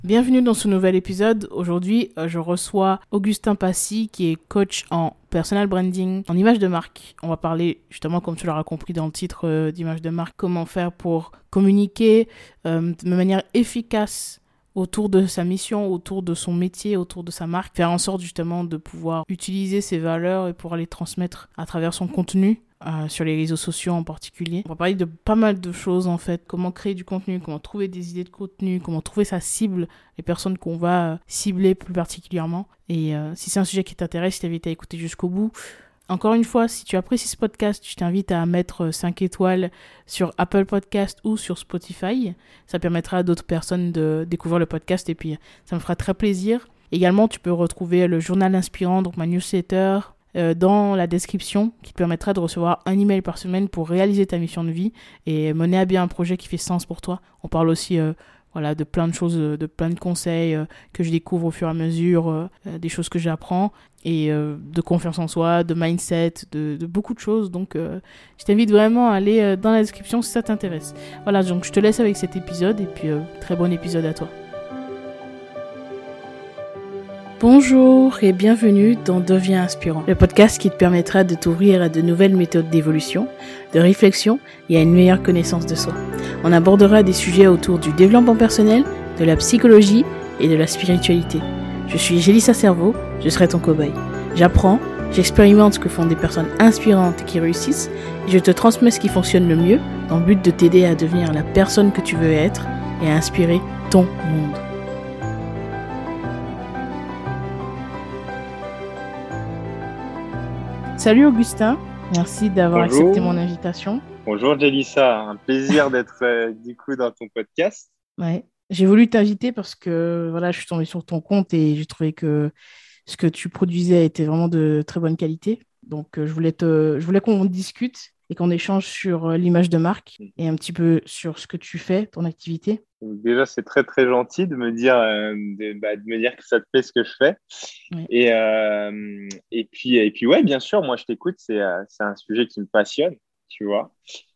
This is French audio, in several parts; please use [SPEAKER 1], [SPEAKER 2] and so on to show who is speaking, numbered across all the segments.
[SPEAKER 1] Bienvenue dans ce nouvel épisode. Aujourd'hui, je reçois Augustin Passy qui est coach en personal branding, en image de marque. On va parler justement, comme tu l'auras compris dans le titre d'image de marque, comment faire pour communiquer de manière efficace autour de sa mission, autour de son métier, autour de sa marque. Faire en sorte justement de pouvoir utiliser ses valeurs et pouvoir les transmettre à travers son contenu. Sur les réseaux sociaux en particulier. On va parler de pas mal de choses en fait, comment créer du contenu, comment trouver des idées de contenu, comment trouver sa cible, les personnes qu'on va cibler plus particulièrement. Et si c'est un sujet qui t'intéresse, je t'invite à écouter jusqu'au bout. Encore une fois, si tu apprécies ce podcast, je t'invite à mettre 5 étoiles sur Apple Podcast ou sur Spotify. Ça permettra à d'autres personnes de découvrir le podcast et puis ça me fera très plaisir. Également, tu peux retrouver le journal inspirant, donc ma newsletter, dans la description qui te permettra de recevoir un email par semaine pour réaliser ta mission de vie et mener à bien un projet qui fait sens pour toi. On parle aussi de plein de choses, de plein de conseils que je découvre au fur et à mesure, des choses que j'apprends et de confiance en soi, de mindset, de beaucoup de choses. Donc je t'invite vraiment à aller dans la description si ça t'intéresse. Voilà, donc je te laisse avec cet épisode et puis très bon épisode à toi. Bonjour et bienvenue dans Deviens Inspirant, le podcast qui te permettra de t'ouvrir à de nouvelles méthodes d'évolution, de réflexion et à une meilleure connaissance de soi. On abordera des sujets autour du développement personnel, de la psychologie et de la spiritualité. Je suis Jélissa Cerveau, je serai ton cobaye. J'apprends, j'expérimente ce que font des personnes inspirantes et qui réussissent et je te transmets ce qui fonctionne le mieux dans le but de t'aider à devenir la personne que tu veux être et à inspirer ton monde. Salut Augustin, merci d'avoir accepté mon invitation.
[SPEAKER 2] Bonjour Jélissa, un plaisir d'être du coup dans ton podcast.
[SPEAKER 1] Ouais. J'ai voulu t'inviter parce que voilà, je suis tombée sur ton compte et j'ai trouvé que ce que tu produisais était vraiment de très bonne qualité. Donc je voulais qu'on discute et qu'on échange sur l'image de marque et un petit peu sur ce que tu fais, ton activité.
[SPEAKER 2] Donc, déjà, c'est très très gentil de me dire, de me dire que ça te plaît ce que je fais.
[SPEAKER 1] Ouais.
[SPEAKER 2] Et puis ouais, bien sûr, moi je t'écoute, c'est un sujet qui me passionne, tu vois.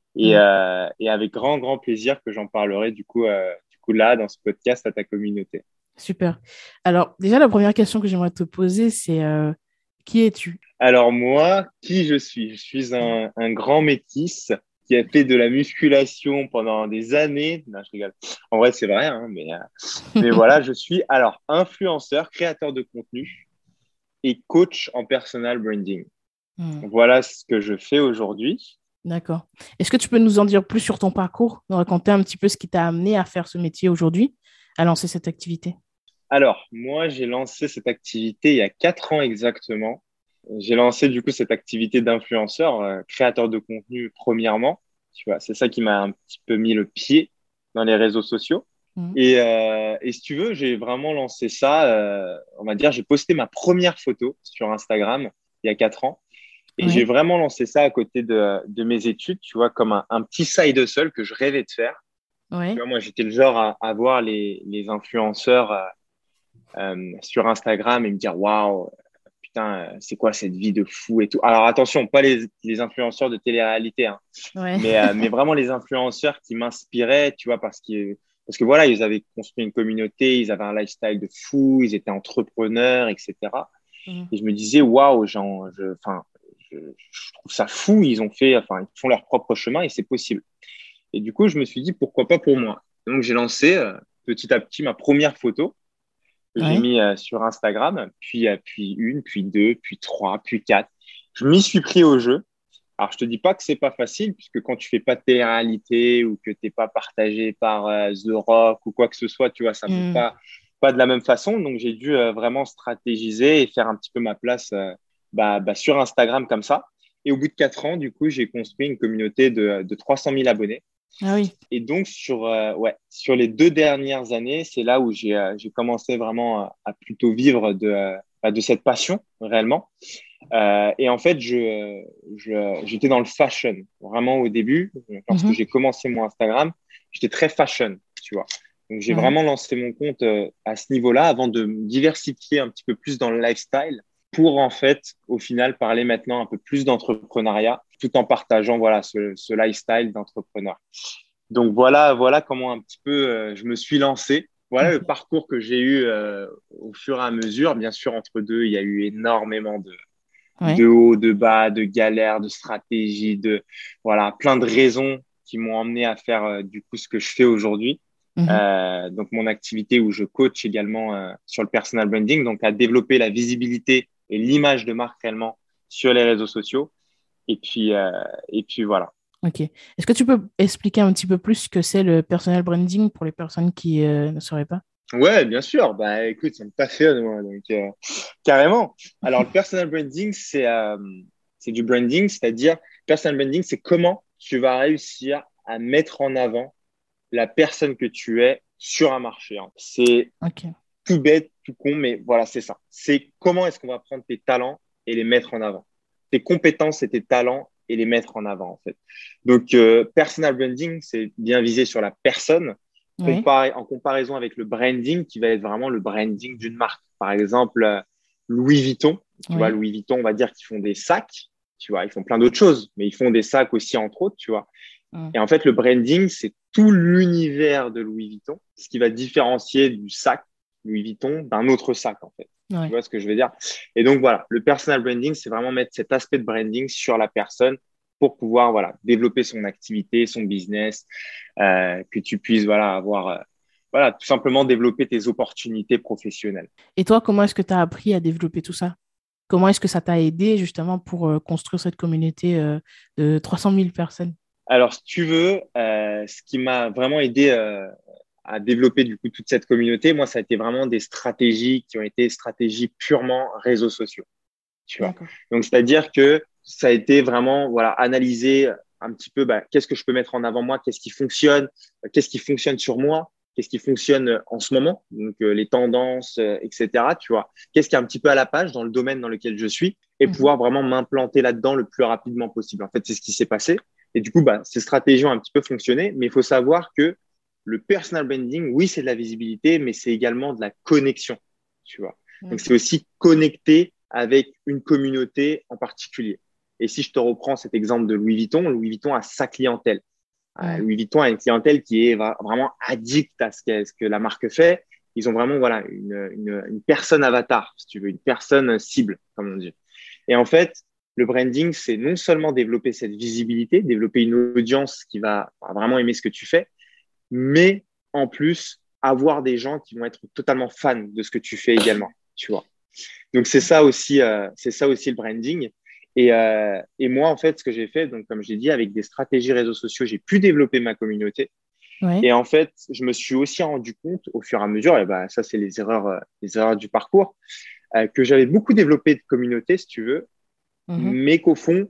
[SPEAKER 2] Et avec grand grand plaisir que j'en parlerai du coup là dans ce podcast à ta communauté.
[SPEAKER 1] Super. Alors déjà, la première question que j'aimerais te poser, c'est qui es-tu?
[SPEAKER 2] Alors moi, qui je suis? Je suis un grand métis qui a fait de la musculation pendant des années. Non, je rigole. En vrai, c'est vrai, hein, mais voilà, je suis alors influenceur, créateur de contenu et coach en personal branding. Voilà ce que je fais aujourd'hui.
[SPEAKER 1] D'accord. Est-ce que tu peux nous en dire plus sur ton parcours, nous raconter un petit peu ce qui t'a amené à faire ce métier aujourd'hui, à lancer cette activité?
[SPEAKER 2] Alors, moi, j'ai lancé cette activité il y a 4 ans exactement. J'ai lancé du coup cette activité d'influenceur, créateur de contenu premièrement. Tu vois, c'est ça qui m'a un petit peu mis le pied dans les réseaux sociaux. Et si tu veux, j'ai vraiment lancé ça, on va dire, j'ai posté ma première photo sur Instagram il y a 4 ans. Et j'ai vraiment lancé ça à côté de mes études, tu vois, comme un petit side hustle que je rêvais de faire.
[SPEAKER 1] Ouais.
[SPEAKER 2] Tu vois, moi, j'étais le genre à voir les influenceurs sur Instagram et me dire, waouh, putain, c'est quoi cette vie de fou et tout. Alors attention, pas les influenceurs de télé-réalité, hein, mais vraiment les influenceurs qui m'inspiraient, tu vois, parce que voilà, ils avaient construit une communauté, ils avaient un lifestyle de fou, ils étaient entrepreneurs, etc. Et je me disais, waouh, je trouve ça fou, ils font leur propre chemin et c'est possible. Et du coup, je me suis dit, pourquoi pas pour moi? Donc, j'ai lancé petit à petit ma première photo que j'ai mis sur Instagram, puis une, puis deux, puis trois, puis quatre. Je m'y suis pris au jeu. Alors, je te dis pas que c'est pas facile, puisque quand tu fais pas de télé-réalité ou que t'es pas partagé par The Rock ou quoi que ce soit, tu vois, ça ne fait pas de la même façon. Donc, j'ai dû vraiment stratégiser et faire un petit peu ma place sur Instagram comme ça. Et au bout de 4 ans, du coup, j'ai construit une communauté de 300 000 abonnés.
[SPEAKER 1] Ah oui.
[SPEAKER 2] Et donc, sur les 2 dernières années, c'est là où j'ai commencé vraiment à plutôt vivre de cette passion, réellement. Et en fait, j'étais dans le fashion, vraiment au début. Lorsque j'ai commencé mon Instagram, j'étais très fashion, tu vois. Donc, j'ai vraiment lancé mon compte à ce niveau-là avant de me diversifier un petit peu plus dans le lifestyle pour, en fait, au final, parler maintenant un peu plus d'entrepreneuriat tout en partageant, voilà, ce lifestyle d'entrepreneur. Donc, voilà comment un petit peu je me suis lancé. voilà le
[SPEAKER 1] Ok.
[SPEAKER 2] parcours que j'ai eu au fur et à mesure. Bien sûr, entre deux, il y a eu énormément de
[SPEAKER 1] Ouais.
[SPEAKER 2] hauts, de bas, de galères, de stratégies, voilà, plein de raisons qui m'ont emmené à faire du coup ce que je fais aujourd'hui.
[SPEAKER 1] Mhm.
[SPEAKER 2] Donc, mon activité où je coach également sur le personal branding, donc à développer la visibilité et l'image de marque réellement sur les réseaux sociaux. Et puis voilà.
[SPEAKER 1] Ok. Est-ce que tu peux expliquer un petit peu plus ce que c'est le personal branding pour les personnes qui ne sauraient pas?
[SPEAKER 2] Ouais, bien sûr. Bah, écoute, ça me passionne, moi. Donc, carrément. Alors, le personal branding, c'est du branding, c'est-à-dire, personal branding, c'est comment tu vas réussir à mettre en avant la personne que tu es sur un marché, hein. C'est
[SPEAKER 1] Ok.
[SPEAKER 2] tout bête, tout con, mais voilà, c'est ça. C'est comment est-ce qu'on va prendre tes talents et les mettre en avant. Tes compétences et tes talents et les mettre en avant, en fait. Donc, personal branding, c'est bien visé sur la personne,
[SPEAKER 1] Oui.
[SPEAKER 2] en comparaison avec le branding, qui va être vraiment le branding d'une marque. Par exemple, Louis Vuitton, tu vois,
[SPEAKER 1] Oui.
[SPEAKER 2] Louis Vuitton, on va dire qu'ils font des sacs, tu vois, ils font plein d'autres choses, mais ils font des sacs aussi, entre autres, tu vois.
[SPEAKER 1] Mm.
[SPEAKER 2] Et en fait, le branding, c'est tout l'univers de Louis Vuitton, ce qui va différencier du sac Louis Vuitton d'un autre sac, en fait. Tu
[SPEAKER 1] Ouais.
[SPEAKER 2] vois ce que je veux dire? Et donc, voilà, le personal branding, c'est vraiment mettre cet aspect de branding sur la personne pour pouvoir, voilà, développer son activité, son business, que tu puisses, voilà, avoir, voilà, tout simplement développer tes opportunités professionnelles.
[SPEAKER 1] Et toi, comment est-ce que tu as appris à développer tout ça? Comment est-ce que ça t'a aidé justement pour construire cette communauté de 300 000 personnes?
[SPEAKER 2] Alors, si tu veux, ce qui m'a vraiment aidé à développer du coup toute cette communauté, moi, ça a été vraiment des stratégies qui ont été stratégies purement réseaux sociaux, tu vois.
[SPEAKER 1] D'accord.
[SPEAKER 2] Donc, c'est-à-dire que ça a été vraiment, voilà, analyser un petit peu, bah, qu'est-ce que je peux mettre en avant moi, qu'est-ce qui fonctionne sur moi, qu'est-ce qui fonctionne en ce moment, donc les tendances, etc., tu vois. Qu'est-ce qui est un petit peu à la page dans le domaine dans lequel je suis et
[SPEAKER 1] Mhm.
[SPEAKER 2] pouvoir vraiment m'implanter là-dedans le plus rapidement possible. En fait, c'est ce qui s'est passé. Et du coup, bah, ces stratégies ont un petit peu fonctionné, mais il faut savoir que le personal branding, oui, c'est de la visibilité, mais c'est également de la connexion, tu vois. Donc, c'est
[SPEAKER 1] Ok.
[SPEAKER 2] aussi connecter avec une communauté en particulier. Et si je te reprends cet exemple de Louis Vuitton a sa clientèle.
[SPEAKER 1] Mm.
[SPEAKER 2] Louis Vuitton a une clientèle qui est vraiment addict à ce que la marque fait. Ils ont vraiment voilà, une personne avatar, si tu veux, une personne cible, comme on dit. Et en fait, le branding, c'est non seulement développer cette visibilité, développer une audience qui va vraiment aimer ce que tu fais, mais en plus, avoir des gens qui vont être totalement fans de ce que tu fais également, tu vois. Donc, c'est ça aussi le branding. Et moi, en fait, ce que j'ai fait, donc, comme j'ai dit, avec des stratégies réseaux sociaux, j'ai pu développer ma communauté.
[SPEAKER 1] Ouais.
[SPEAKER 2] Et en fait, je me suis aussi rendu compte au fur et à mesure, et bah, ça, c'est les erreurs du parcours, que j'avais beaucoup développé de communauté, si tu veux,
[SPEAKER 1] Mhm.
[SPEAKER 2] mais qu'au fond,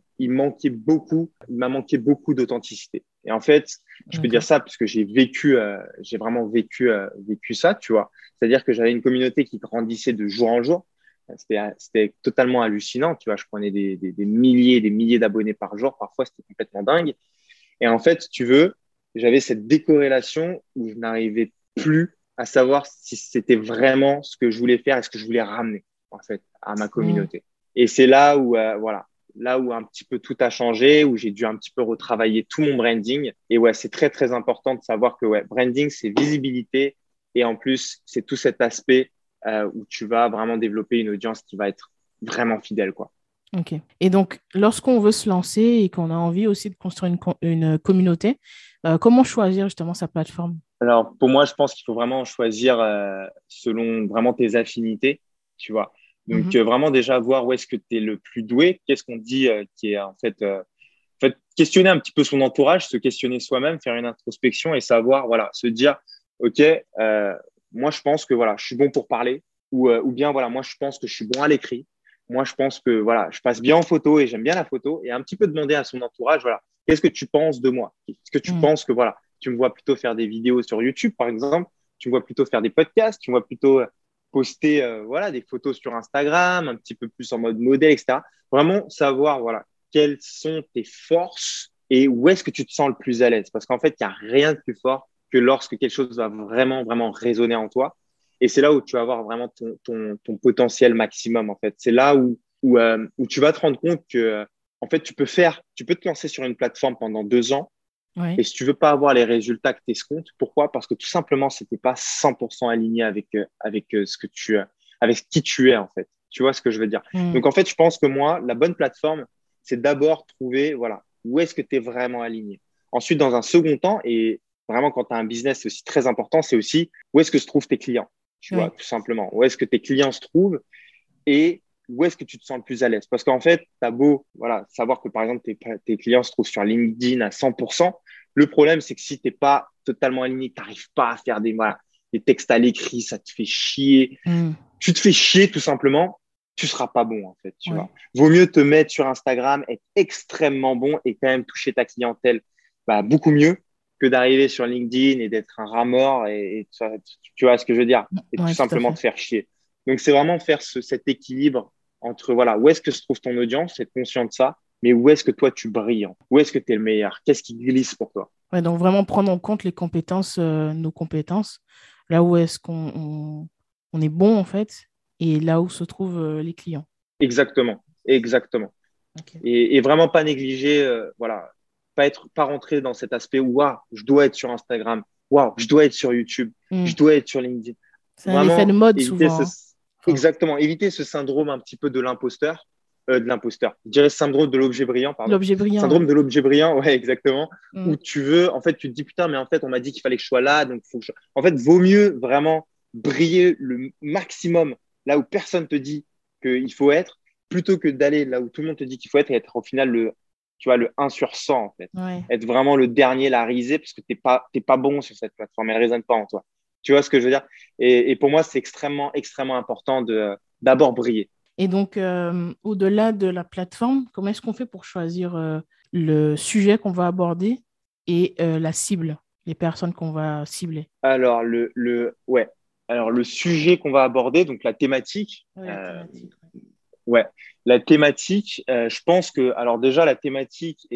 [SPEAKER 2] il m'a manqué beaucoup d'authenticité. Et en fait, je peux dire
[SPEAKER 1] D'accord.
[SPEAKER 2] ça parce que j'ai vraiment vécu ça, tu vois. C'est-à-dire que j'avais une communauté qui grandissait de jour en jour. C'était totalement hallucinant, tu vois. Je prenais des milliers et des milliers d'abonnés par jour. Parfois, c'était complètement dingue. Et en fait, si tu veux, j'avais cette décorrélation où je n'arrivais plus à savoir si c'était vraiment ce que je voulais faire et ce que je voulais ramener, en fait, à ma
[SPEAKER 1] Mm.
[SPEAKER 2] communauté. Et c'est là où, voilà, là où un petit peu tout a changé, où j'ai dû un petit peu retravailler tout mon branding. Et ouais, c'est très, très important de savoir que ouais, branding, c'est visibilité. Et en plus, c'est tout cet aspect où tu vas vraiment développer une audience qui va être vraiment fidèle, quoi.
[SPEAKER 1] Ok. Et donc, lorsqu'on veut se lancer et qu'on a envie aussi de construire une communauté, comment choisir justement sa plateforme?
[SPEAKER 2] Alors, pour moi, je pense qu'il faut vraiment choisir selon vraiment tes affinités, tu vois. Donc,
[SPEAKER 1] Mhm.
[SPEAKER 2] vraiment déjà voir où est-ce que tu es le plus doué, qu'est-ce qu'on dit qui est en fait, questionner un petit peu son entourage, se questionner soi-même, faire une introspection et savoir, voilà, se dire, OK, moi, je pense que voilà, je suis bon pour parler ou bien, voilà, moi, je pense que je suis bon à l'écrit. Moi, je pense que voilà, je passe bien en photo et j'aime bien la photo et un petit peu demander à son entourage, voilà, qu'est-ce que tu penses de moi? Est-ce que tu
[SPEAKER 1] Mm.
[SPEAKER 2] penses que voilà, tu me vois plutôt faire des vidéos sur YouTube, par exemple, tu me vois plutôt faire des podcasts, tu me vois plutôt poster voilà, des photos sur Instagram, un petit peu plus en mode modèle, etc. Vraiment savoir voilà, quelles sont tes forces et où est-ce que tu te sens le plus à l'aise. Parce qu'en fait, il n'y a rien de plus fort que lorsque quelque chose va vraiment, vraiment résonner en toi. Et c'est là où tu vas avoir vraiment ton potentiel maximum, en fait. C'est là où tu vas te rendre compte que, en fait, tu peux te lancer sur une plateforme pendant 2 ans
[SPEAKER 1] Oui.
[SPEAKER 2] Et si tu veux pas avoir les résultats que tu escomptes, pourquoi? Parce que tout simplement, c'était pas 100% aligné avec ce que avec qui tu es, en fait. Tu vois ce que je veux dire?
[SPEAKER 1] Mm.
[SPEAKER 2] Donc, en fait, je pense que moi, la bonne plateforme, c'est d'abord trouver, voilà, où est-ce que tu es vraiment aligné. Ensuite, dans un second temps, et vraiment, quand tu as un business, c'est aussi très important, c'est aussi où est-ce que se trouvent tes clients, tu vois,
[SPEAKER 1] Oui.
[SPEAKER 2] tout simplement. Où est-ce que tes clients se trouvent et où est-ce que tu te sens le plus à l'aise? Parce qu'en fait, tu as beau voilà, savoir que, par exemple, tes clients se trouvent sur LinkedIn à 100%. Le problème, c'est que si tu n'es pas totalement aligné, tu n'arrives pas à faire des textes à l'écrit, ça te fait chier.
[SPEAKER 1] Mm.
[SPEAKER 2] Tu te fais chier tout simplement, tu seras pas bon, en fait, tu
[SPEAKER 1] Oui.
[SPEAKER 2] vois. Vaut mieux te mettre sur Instagram, être extrêmement bon et quand même toucher ta clientèle beaucoup mieux que d'arriver sur LinkedIn et d'être un rat mort et tu vois ce que je veux dire, et tout
[SPEAKER 1] Oui, tout à
[SPEAKER 2] simplement
[SPEAKER 1] fait.
[SPEAKER 2] te faire chier. Donc, c'est vraiment faire cet équilibre entre, voilà, où est-ce que se trouve ton audience, être conscient de ça, mais où est-ce que toi tu brilles, où est-ce que tu es le meilleur, qu'est-ce qui glisse pour toi.
[SPEAKER 1] Ouais, donc vraiment prendre en compte les compétences, nos compétences, là où est-ce on est bon en fait, et là où se trouvent les clients.
[SPEAKER 2] Exactement, exactement.
[SPEAKER 1] Ok.
[SPEAKER 2] Et vraiment pas négliger, voilà, pas rentrer dans cet aspect où, waouh, je dois être sur Instagram, waouh, je dois être sur YouTube,
[SPEAKER 1] Mm.
[SPEAKER 2] je dois être sur LinkedIn.
[SPEAKER 1] C'est un effet de
[SPEAKER 2] Vraiment
[SPEAKER 1] mode
[SPEAKER 2] éviter
[SPEAKER 1] souvent, hein. Enfin,
[SPEAKER 2] exactement, éviter ce syndrome un petit peu de l'imposteur. Je dirais syndrome de l'objet brillant, pardon.
[SPEAKER 1] l'objet brillant,
[SPEAKER 2] Syndrome
[SPEAKER 1] ouais.
[SPEAKER 2] de l'objet brillant, ouais, exactement. Où
[SPEAKER 1] Mm.
[SPEAKER 2] tu veux, en fait, tu te dis, putain, mais en fait, on m'a dit qu'il fallait que je sois là, donc faut que je... En fait, vaut mieux vraiment briller le maximum là où personne te dit qu'il faut être, plutôt que d'aller là où tout le monde te dit qu'il faut être et être au final tu vois, le 1 sur 100, en fait.
[SPEAKER 1] Ouais.
[SPEAKER 2] Être vraiment le dernier, la risée, parce que t'es pas bon sur cette plateforme, elle ne résonne pas en toi. Tu vois ce que je veux dire? Et pour moi, c'est extrêmement, extrêmement important d'abord briller.
[SPEAKER 1] Et donc, au-delà de la plateforme, comment est-ce qu'on fait pour choisir le sujet qu'on va aborder et la cible, les personnes qu'on va cibler?
[SPEAKER 2] Alors, ouais. Alors, le sujet qu'on va aborder, donc la thématique,
[SPEAKER 1] Oui, la thématique. Ouais.
[SPEAKER 2] ouais, la thématique, je pense que, alors déjà, la thématique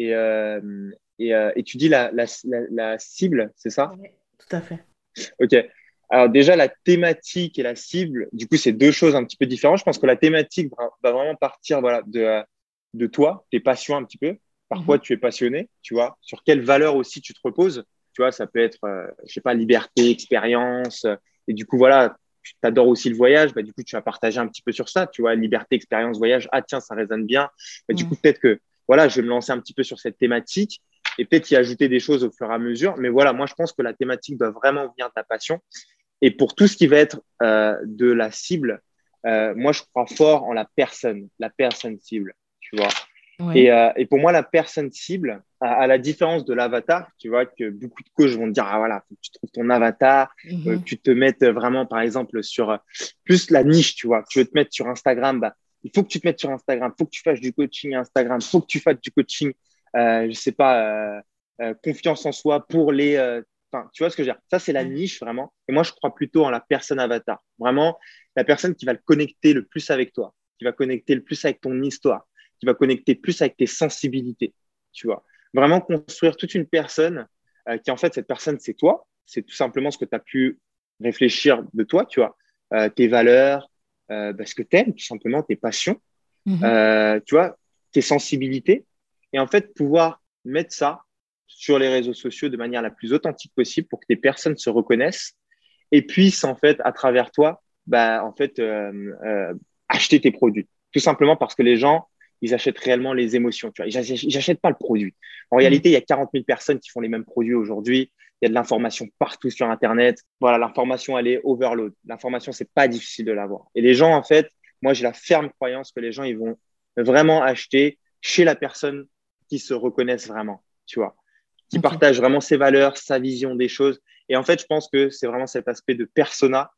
[SPEAKER 2] et tu dis la cible, c'est ça?
[SPEAKER 1] Ouais, tout à fait.
[SPEAKER 2] Ok. Alors déjà, la thématique et la cible, du coup, c'est deux choses un petit peu différentes. Je pense que la thématique va vraiment partir voilà, de toi, tes passions un petit peu. Par quoi
[SPEAKER 1] Mhm.
[SPEAKER 2] tu es passionné, tu vois, sur quelles valeurs aussi tu te reposes. Tu vois, ça peut être, je sais pas, liberté, expérience. Et du coup, voilà, tu adores aussi le voyage. Bah, du coup, tu vas partager un petit peu sur ça. Tu vois, liberté, expérience, voyage. Ah, tiens, ça résonne bien. Bah, du
[SPEAKER 1] Mm.
[SPEAKER 2] coup, peut-être que, voilà, je vais me lancer un petit peu sur cette thématique et peut-être y ajouter des choses au fur et à mesure. Mais voilà, moi, je pense que la thématique doit vraiment venir de ta passion. Et pour tout ce qui va être de la cible, moi, je crois fort en la personne cible, tu vois.
[SPEAKER 1] Ouais.
[SPEAKER 2] Et pour moi, la personne cible, à la différence de l'avatar, tu vois, que beaucoup de coachs vont te dire, ah voilà, faut que tu trouves ton avatar, que
[SPEAKER 1] Mhm.
[SPEAKER 2] tu te mettes vraiment, par exemple, sur plus la niche, tu vois. Tu veux te mettre sur Instagram, bah, il faut que tu te mettes sur Instagram, il faut que tu fasses du coaching Instagram, il faut que tu fasses du coaching, je sais pas, confiance en soi pour les enfin, tu vois ce que je veux dire? Ça, c'est la
[SPEAKER 1] Ouais.
[SPEAKER 2] niche vraiment. Et moi, je crois plutôt en la personne avatar. Vraiment, la personne qui va le connecter le plus avec toi, qui va connecter le plus avec ton histoire, qui va connecter plus avec tes sensibilités. Tu vois? Vraiment construire toute une personne qui, en fait, cette personne, c'est toi. C'est tout simplement ce que tu as pu réfléchir de toi, tu vois? Tes valeurs, ce que tu aimes, tout simplement, tes passions,
[SPEAKER 1] Mhm.
[SPEAKER 2] tu vois? Tes sensibilités. Et en fait, pouvoir mettre ça sur les réseaux sociaux de manière la plus authentique possible pour que tes personnes se reconnaissent et puissent en fait à travers toi en fait acheter tes produits tout simplement parce que les gens ils achètent réellement les émotions, tu vois, ils n'achètent pas le produit. En
[SPEAKER 1] Mm.
[SPEAKER 2] réalité, il y a 40 000 personnes qui font les mêmes produits aujourd'hui. Il y a de l'information partout sur Internet. Voilà, l'information, elle est overload. L'information, c'est pas difficile de l'avoir. Et les gens, en fait, moi, j'ai la ferme croyance que les gens, ils vont vraiment acheter chez la personne qui se reconnaissent vraiment, tu vois, qui
[SPEAKER 1] Ok.
[SPEAKER 2] partage vraiment ses valeurs, sa vision des choses. Et en fait, je pense que c'est vraiment cet aspect de persona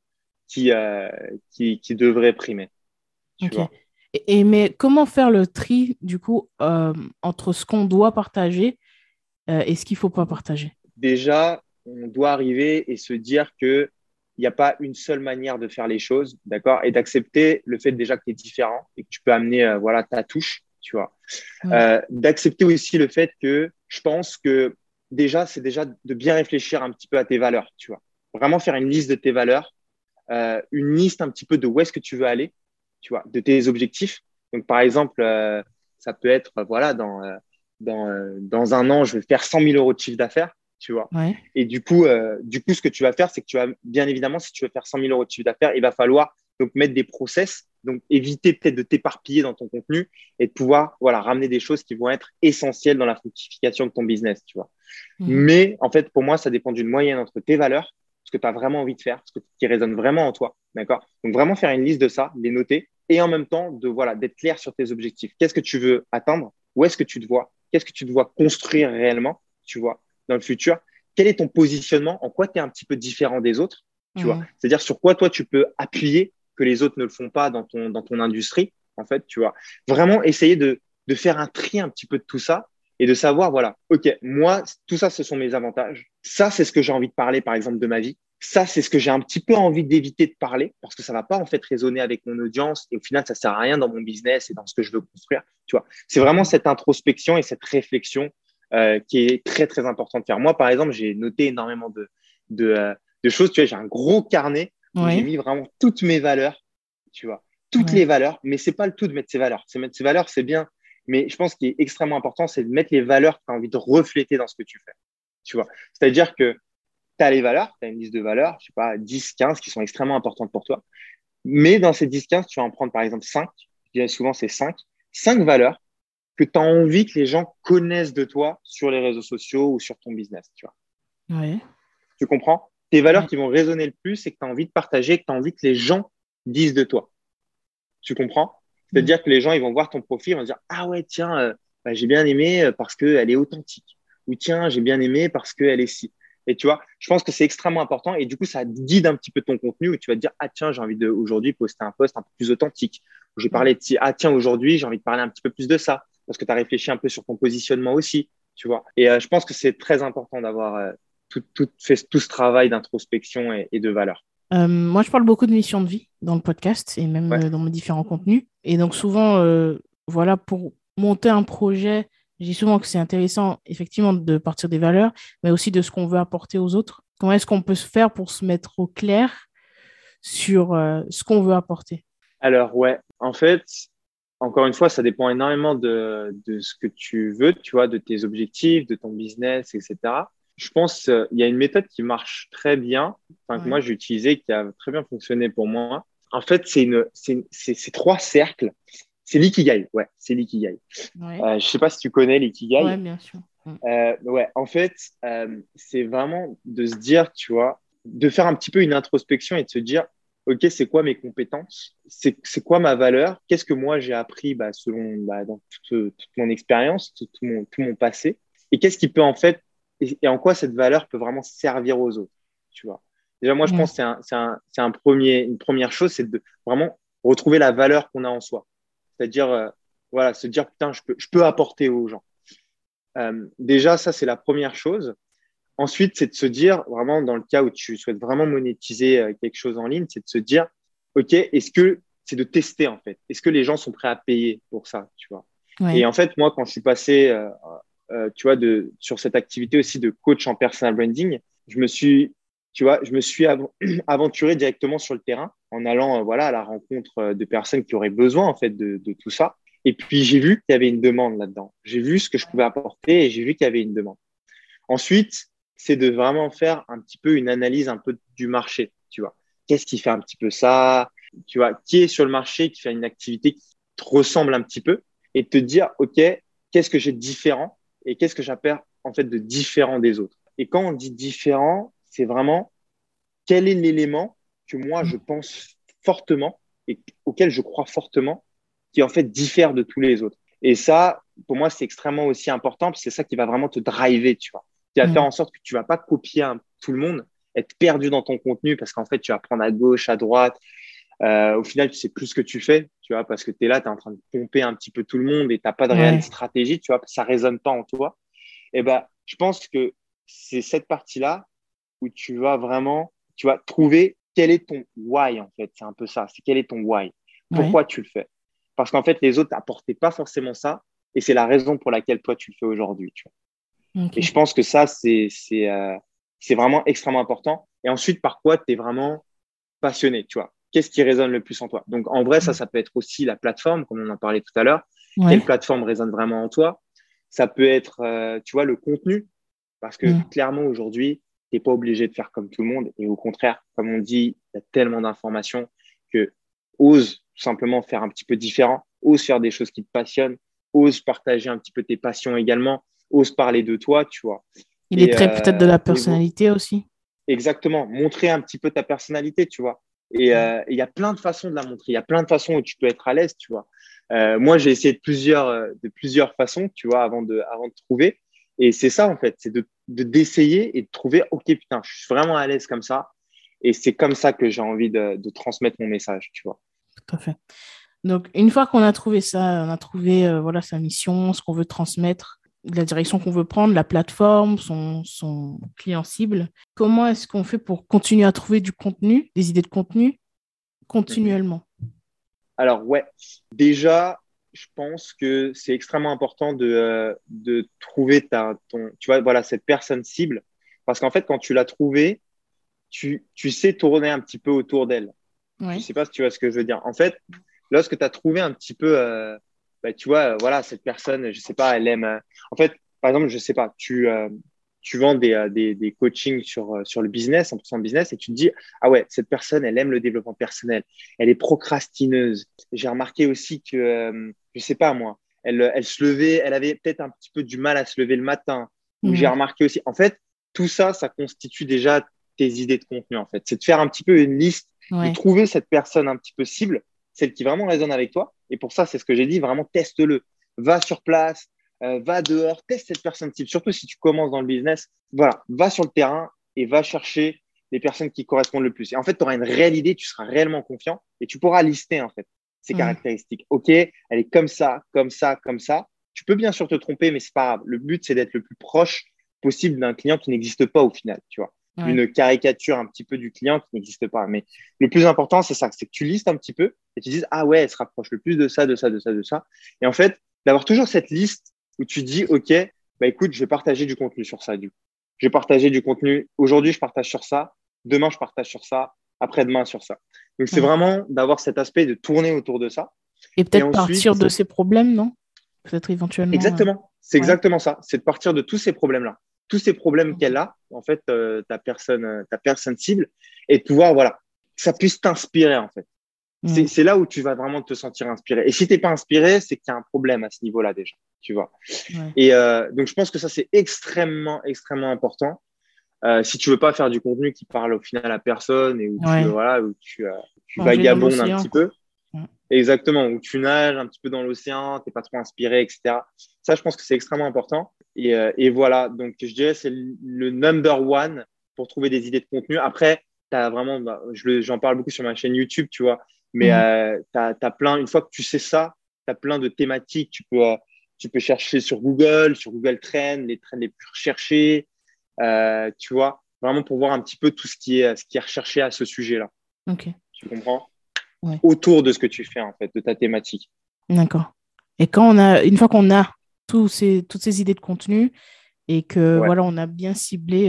[SPEAKER 2] qui devrait primer, tu
[SPEAKER 1] Ok.
[SPEAKER 2] vois.
[SPEAKER 1] Mais comment faire le tri, du coup, entre ce qu'on doit partager et ce qu'il ne faut pas partager?
[SPEAKER 2] Déjà, on doit arriver et se dire que il n'y a pas une seule manière de faire les choses, d'accord? Et d'accepter le fait déjà que tu es différent et que tu peux amener voilà, ta touche, tu vois.
[SPEAKER 1] Oui.
[SPEAKER 2] D'accepter aussi le fait que je pense que déjà, c'est déjà de bien réfléchir un petit peu à tes valeurs, tu vois. Vraiment faire une liste de tes valeurs, une liste un petit peu de où est-ce que tu veux aller, tu vois, de tes objectifs. Donc, par exemple, ça peut être, voilà, dans un an, je vais faire 100 000 euros de chiffre d'affaires, tu vois.
[SPEAKER 1] Ouais.
[SPEAKER 2] Et du coup, ce que tu vas faire, c'est que tu vas, bien évidemment, si tu veux faire 100 000 euros de chiffre d'affaires, il va falloir donc mettre des process, donc éviter peut-être de t'éparpiller dans ton contenu et de pouvoir voilà, ramener des choses qui vont être essentielles dans la fructification de ton business, tu vois.
[SPEAKER 1] Mhm.
[SPEAKER 2] Mais en fait, pour moi, ça dépend d'une moyenne entre tes valeurs, ce que tu as vraiment envie de faire, ce qui résonne vraiment en toi, d'accord? Donc vraiment faire une liste de ça, les noter et en même temps voilà, d'être clair sur tes objectifs. Qu'est-ce que tu veux atteindre? Où est-ce que tu te vois? Qu'est-ce que tu te vois construire réellement, tu vois, dans le futur? Quel est ton positionnement? En quoi tu es un petit peu différent des autres, tu vois?
[SPEAKER 1] Mhm.
[SPEAKER 2] C'est-à-dire sur quoi toi tu peux appuyer que les autres ne le font pas dans ton industrie, en fait, tu vois. Vraiment essayer de faire un tri un petit peu de tout ça et de savoir, voilà, OK, moi, tout ça, ce sont mes avantages. Ça, c'est ce que j'ai envie de parler, par exemple, de ma vie. Ça, c'est ce que j'ai un petit peu envie d'éviter de parler parce que ça va pas, en fait, résonner avec mon audience et au final, ça sert à rien dans mon business et dans ce que je veux construire, tu vois. C'est vraiment cette introspection et cette réflexion qui est très, très importante de faire. Moi, par exemple, j'ai noté énormément de, euh, de choses. Tu vois, j'ai un gros carnet où j'ai
[SPEAKER 1] Ouais.
[SPEAKER 2] mis vraiment toutes mes valeurs, tu vois, toutes
[SPEAKER 1] Ouais.
[SPEAKER 2] les valeurs, mais c'est pas le tout de mettre ses valeurs. C'est mettre ses valeurs, c'est bien, mais je pense qu'il est extrêmement important, c'est de mettre les valeurs que tu as envie de refléter dans ce que tu fais, tu vois. C'est-à-dire que tu as les valeurs, tu as une liste de valeurs, je sais pas, 10, 15 qui sont extrêmement importantes pour toi. Mais dans ces 10, 15, tu vas en prendre par exemple 5. Je dirais souvent c'est 5 valeurs que tu as envie que les gens connaissent de toi sur les réseaux sociaux ou sur ton business, tu vois.
[SPEAKER 1] Ouais.
[SPEAKER 2] Tu comprends? Tes valeurs
[SPEAKER 1] Ouais.
[SPEAKER 2] qui vont résonner le plus et que tu as envie de partager, que tu as envie que les gens disent de toi. Tu comprends?
[SPEAKER 1] Mhm.
[SPEAKER 2] C'est-à-dire que les gens, ils vont voir ton profil, ils vont dire, ah ouais, tiens, bah, j'ai bien aimé parce qu'elle est authentique. Ou tiens, j'ai bien aimé parce qu'elle est ci. Et tu vois, je pense que c'est extrêmement important. Et du coup, ça guide un petit peu ton contenu où tu vas te dire, ah tiens, j'ai envie de aujourd'hui poster un post un peu plus authentique. Où j'ai parlé de ci. Ah tiens, aujourd'hui, j'ai envie de parler un petit peu plus de ça. Parce que tu as réfléchi un peu sur ton positionnement aussi. Tu vois. Et je pense que c'est très important d'avoir fait tout ce travail d'introspection et de valeur.
[SPEAKER 1] Moi, je parle beaucoup de mission de vie dans le podcast et même
[SPEAKER 2] Ouais.
[SPEAKER 1] dans mes différents contenus. Et donc, souvent, voilà, pour monter un projet, je dis souvent que c'est intéressant, effectivement, de partir des valeurs, mais aussi de ce qu'on veut apporter aux autres. Comment est-ce qu'on peut se faire pour se mettre au clair sur ce qu'on veut apporter?
[SPEAKER 2] Alors, ouais, en fait, encore une fois, ça dépend énormément de ce que tu veux, tu vois, de tes objectifs, de ton business, etc. Je pense il y a une méthode qui marche très bien, enfin, que
[SPEAKER 1] Ouais.
[SPEAKER 2] moi j'ai utilisée, qui a très bien fonctionné pour moi. En fait, c'est trois cercles. C'est l'ikigai, ouais, c'est l'ikigai.
[SPEAKER 1] Ouais.
[SPEAKER 2] Je sais pas si tu connais l'ikigai.
[SPEAKER 1] Ouais, bien sûr. Mm.
[SPEAKER 2] Ouais, en fait, c'est vraiment de se dire, tu vois, de faire un petit peu une introspection et de se dire, OK, c'est quoi mes compétences? C'est quoi ma valeur? Qu'est-ce que moi j'ai appris bah, selon dans toute mon expérience, tout mon passé? Et qu'est-ce qui peut en fait, et en quoi cette valeur peut vraiment servir aux autres, tu vois? Déjà, moi, je
[SPEAKER 1] Mm.
[SPEAKER 2] pense que une première chose, c'est de vraiment retrouver la valeur qu'on a en soi. C'est-à-dire, voilà, se dire, putain, je peux apporter aux gens. Déjà, ça, c'est la première chose. Ensuite, c'est de se dire, vraiment, dans le cas où tu souhaites vraiment monétiser quelque chose en ligne, c'est de se dire, OK, est-ce que c'est de tester, en fait? Est-ce que les gens sont prêts à payer pour ça, tu vois? Et
[SPEAKER 1] Ouais.
[SPEAKER 2] en fait, moi, quand je suis passé, tu vois, sur cette activité aussi de coach en personal branding, je me suis, tu vois, je me suis aventuré directement sur le terrain en allant, voilà, à la rencontre de personnes qui auraient besoin, en fait, de tout ça. Et puis, j'ai vu qu'il y avait une demande là-dedans. J'ai vu ce que je pouvais apporter et j'ai vu qu'il y avait une demande. Ensuite, c'est de vraiment faire un petit peu une analyse un peu du marché, tu vois. Qu'est-ce qui fait un petit peu ça? Tu vois, qui est sur le marché, qui fait une activité qui te ressemble un petit peu et te dire, OK, qu'est-ce que j'ai de différent et qu'est-ce que j'appelle en fait de différent des autres. Et quand on dit différent, c'est vraiment quel est l'élément que moi je pense fortement et auquel je crois fortement qui en fait diffère de tous les autres. Et ça, pour moi, c'est extrêmement aussi important parce que c'est ça qui va vraiment te driver, tu vois. Qui va faire
[SPEAKER 1] Mm.
[SPEAKER 2] en sorte que tu vas pas copier tout le monde, être perdu dans ton contenu parce qu'en fait, tu vas prendre à gauche, à droite. Au final, tu sais plus ce que tu fais, tu vois, parce que tu es là, tu es en train de pomper un petit peu tout le monde et tu n'as pas de réelle
[SPEAKER 1] Ouais.
[SPEAKER 2] stratégie, tu vois, ça résonne pas en toi. Et ben, je pense que c'est cette partie-là où tu vas vraiment, tu vas trouver quel est ton why, en fait. C'est un peu ça. C'est quel est ton why.
[SPEAKER 1] Ouais.
[SPEAKER 2] Pourquoi tu le fais? Parce qu'en fait, les autres n'apportaient pas forcément ça. Et c'est la raison pour laquelle toi, tu le fais aujourd'hui. Tu vois. Et je
[SPEAKER 1] Ok.
[SPEAKER 2] pense que ça, c'est vraiment extrêmement important. Et ensuite, par quoi tu es vraiment passionné, tu vois. Qu'est-ce qui résonne le plus en toi? Donc, en vrai, ça peut être aussi la plateforme, comme on en parlait tout à l'heure.
[SPEAKER 1] Ouais.
[SPEAKER 2] Quelle plateforme résonne vraiment en toi? Ça peut être, tu vois, le contenu. Parce que
[SPEAKER 1] Mm.
[SPEAKER 2] clairement, aujourd'hui, tu n'es pas obligé de faire comme tout le monde. Et au contraire, comme on dit, il y a tellement d'informations que ose tout simplement faire un petit peu différent, ose faire des choses qui te passionnent, ose partager un petit peu tes passions également, ose parler de toi, tu vois.
[SPEAKER 1] Il est
[SPEAKER 2] Et,
[SPEAKER 1] trait peut-être de la
[SPEAKER 2] et
[SPEAKER 1] personnalité aussi.
[SPEAKER 2] exactement, montrer un petit peu ta personnalité, tu vois. Et
[SPEAKER 1] Mm.
[SPEAKER 2] il y a plein de façons de la montrer. Il y a plein de façons où tu peux être à l'aise, tu vois. Moi, j'ai essayé de plusieurs façons, tu vois, avant de trouver. Et c'est ça, en fait, c'est d'essayer et de trouver, OK, putain, je suis vraiment à l'aise comme ça. Et c'est comme ça que j'ai envie de transmettre mon message, tu vois.
[SPEAKER 1] Tout à fait. Donc, une fois qu'on a trouvé ça, on a trouvé voilà, sa mission, ce qu'on veut transmettre, la direction qu'on veut prendre, la plateforme, son client cible, comment est-ce qu'on fait pour continuer à trouver du contenu, des idées de contenu
[SPEAKER 2] Mhm.
[SPEAKER 1] continuellement?
[SPEAKER 2] Alors, ouais, déjà, je pense que c'est extrêmement important de trouver tu vois, voilà, cette personne cible. Parce qu'en fait, quand tu l'as trouvée, tu sais tourner un petit peu autour d'elle. Je
[SPEAKER 1] Oui.
[SPEAKER 2] sais pas si tu vois ce que je veux dire. En fait, lorsque tu as trouvé un petit peu, bah, tu vois, voilà, cette personne, je sais pas, elle aime. En fait, par exemple, je sais pas, tu vends des coachings sur le business, 100% business, et tu te dis, ah ouais, cette personne, elle aime le développement personnel, elle est procrastineuse. J'ai remarqué aussi que, je sais pas moi, elle se levait, elle avait peut-être un petit peu du mal à se lever le matin. Ou j'ai
[SPEAKER 1] Mhm.
[SPEAKER 2] remarqué aussi, en fait, tout ça, ça constitue déjà tes idées de contenu, en fait. C'est de faire un petit peu une liste, de
[SPEAKER 1] Ouais.
[SPEAKER 2] trouver cette personne un petit peu cible, celle qui vraiment résonne avec toi. Et pour ça, c'est ce que j'ai dit, vraiment teste-le. Va sur place, va dehors, teste cette personne cible. Surtout si tu commences dans le business, voilà, va sur le terrain et va chercher les personnes qui correspondent le plus. Et en fait, tu auras une réelle idée, tu seras réellement confiant et tu pourras lister en fait ces
[SPEAKER 1] Mhm.
[SPEAKER 2] caractéristiques. OK, elle est comme ça, comme ça, comme ça. Tu peux bien sûr te tromper, mais c'est pas grave. Le but, c'est d'être le plus proche possible d'un client qui n'existe pas au final, tu vois.
[SPEAKER 1] Ouais.
[SPEAKER 2] D'une caricature un petit peu du client qui n'existe pas. Mais le plus important, c'est ça, c'est que tu listes un petit peu et tu dises, ah ouais, elle se rapproche le plus de ça, de ça, de ça, de ça. Et en fait, d'avoir toujours cette liste où tu dis, OK, bah écoute, je vais partager du contenu sur ça, du coup. Je vais partager du contenu. Aujourd'hui, je partage sur ça. Demain, je partage sur ça. Après-demain, sur ça. Donc, c'est
[SPEAKER 1] Ouais.
[SPEAKER 2] vraiment d'avoir cet aspect de tourner autour de ça.
[SPEAKER 1] Et
[SPEAKER 2] Et
[SPEAKER 1] peut-être partir
[SPEAKER 2] ensuite,
[SPEAKER 1] de ces problèmes, non? Peut-être éventuellement.
[SPEAKER 2] exactement, c'est
[SPEAKER 1] Ouais.
[SPEAKER 2] exactement ça. C'est de partir de tous ces problèmes-là. Tous ces problèmes
[SPEAKER 1] Ok.
[SPEAKER 2] qu'elle a, en fait, ta personne cible, et de pouvoir, voilà, que ça puisse t'inspirer, en fait.
[SPEAKER 1] Mhm.
[SPEAKER 2] C'est là où tu vas vraiment te sentir inspiré. Et si t'es pas inspiré, c'est qu'il y a un problème à ce niveau-là déjà, tu vois.
[SPEAKER 1] Ouais.
[SPEAKER 2] Et donc, je pense que ça, c'est extrêmement, extrêmement important. Si tu veux pas faire du contenu qui parle au final à personne et où
[SPEAKER 1] Ouais.
[SPEAKER 2] voilà, tu
[SPEAKER 1] Plonger dans
[SPEAKER 2] vagabondes un
[SPEAKER 1] l'océan,
[SPEAKER 2] petit
[SPEAKER 1] quoi.
[SPEAKER 2] peu,
[SPEAKER 1] Mhm.
[SPEAKER 2] exactement, où tu nages un petit peu dans l'océan, t'es pas trop inspiré, etc. Ça, je pense que c'est extrêmement important. Et voilà, donc je dirais c'est le number one pour trouver des idées de contenu. Après, t'as vraiment, bah, j'en parle beaucoup sur ma chaîne YouTube, tu vois, mais
[SPEAKER 1] Mhm.
[SPEAKER 2] t'as plein, une fois que tu sais ça, t'as plein de thématiques. Tu peux chercher sur Google Trends, les trends les plus recherchés, tu vois, vraiment pour voir un petit peu tout ce qui est recherché à ce sujet-là.
[SPEAKER 1] Ok.
[SPEAKER 2] Tu comprends?
[SPEAKER 1] Ouais.
[SPEAKER 2] Autour de ce que tu fais, en fait, de ta thématique.
[SPEAKER 1] D'accord. Et une fois qu'on a toutes ces idées de contenu et que
[SPEAKER 2] Ouais.
[SPEAKER 1] voilà, on a bien ciblé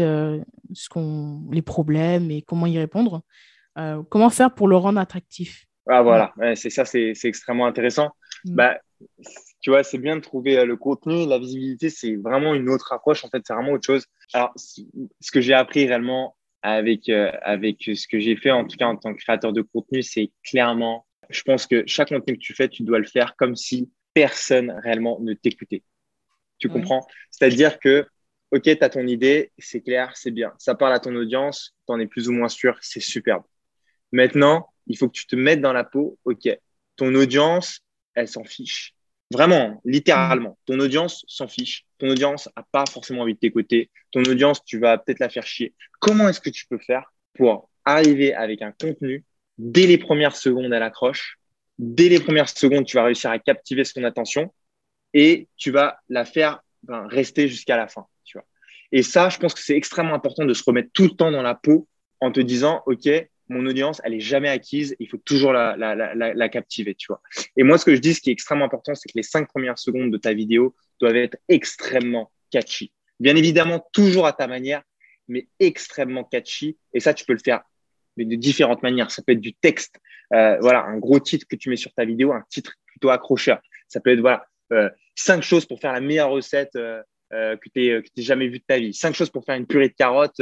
[SPEAKER 1] les problèmes et comment y répondre, comment faire pour le rendre attractif?
[SPEAKER 2] Ah,
[SPEAKER 1] Voilà.
[SPEAKER 2] voilà, ouais, c'est ça, c'est extrêmement intéressant.
[SPEAKER 1] Mm.
[SPEAKER 2] Bah, tu vois, c'est bien de trouver le contenu, la visibilité, c'est vraiment une autre approche, en fait, c'est vraiment autre chose. Alors, ce que j'ai appris réellement avec ce que j'ai fait, en tout cas en tant que créateur de contenu, c'est clairement, je pense que chaque contenu que tu fais, tu dois le faire comme si personne réellement ne t'écoutait. Tu
[SPEAKER 1] Oui.
[SPEAKER 2] comprends? C'est-à-dire que, OK, tu as ton idée, c'est clair, c'est bien. Ça parle à ton audience, tu en es plus ou moins sûr, c'est superbe. Maintenant, il faut que tu te mettes dans la peau. OK, ton audience, elle s'en fiche. Vraiment,
[SPEAKER 1] Mm.
[SPEAKER 2] littéralement, ton audience s'en fiche. Ton audience n'a pas forcément envie de t'écouter. Ton audience, tu vas peut-être la faire chier. Comment est-ce que tu peux faire pour arriver avec un contenu, dès les premières secondes, elle accroche. Dès les premières secondes, tu vas réussir à captiver son attention et tu vas la faire rester jusqu'à la fin. Tu vois. Et ça, je pense que c'est extrêmement important de se remettre tout le temps dans la peau en te disant, OK, mon audience, elle est jamais acquise, il faut toujours la captiver, tu vois. Et moi, ce que je dis, ce qui est extrêmement important, c'est que les 5 premières secondes de ta vidéo doivent être extrêmement catchy. Bien évidemment, toujours à ta manière, mais extrêmement catchy. Et ça, tu peux le faire mais de différentes manières. Ça peut être du texte, voilà, un gros titre que tu mets sur ta vidéo, un titre plutôt accrocheur. Ça peut être voilà, 5 choses pour faire la meilleure recette que tu n'aies jamais vue de ta vie. 5 choses pour faire une purée de carottes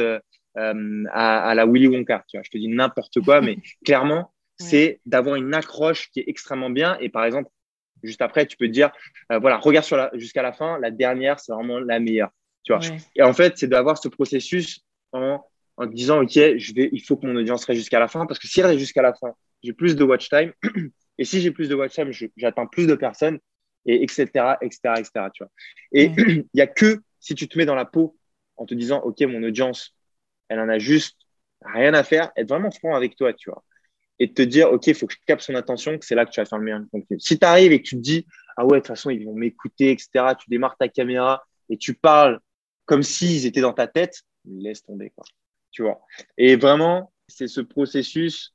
[SPEAKER 2] à la Willy Wonka. Tu vois, je te dis n'importe quoi, mais clairement, c'est d'avoir une accroche qui est extrêmement bien. Et par exemple, juste après, tu peux te dire, voilà, regarde jusqu'à la fin, la dernière, c'est vraiment la meilleure. Tu vois. Et en fait, c'est d'avoir ce processus en te disant, OK, il faut que mon audience reste jusqu'à la fin, parce que si elle reste jusqu'à la fin, j'ai plus de watch time. Et si j'ai plus de watch time, j'atteins plus de personnes, et etc., etc., etc., tu vois. Et il n'y a que si tu te mets dans la peau en te disant, OK, mon audience, elle en a juste rien à faire, être vraiment franc avec toi, tu vois. Et te dire, OK, il faut que je capte son attention, que c'est là que tu vas faire le meilleur contenu. Si tu arrives et que tu te dis, ah ouais, de toute façon, ils vont m'écouter, etc., tu démarres ta caméra et tu parles comme s'ils étaient dans ta tête, laisse tomber, quoi. Tu vois. Et vraiment, c'est ce processus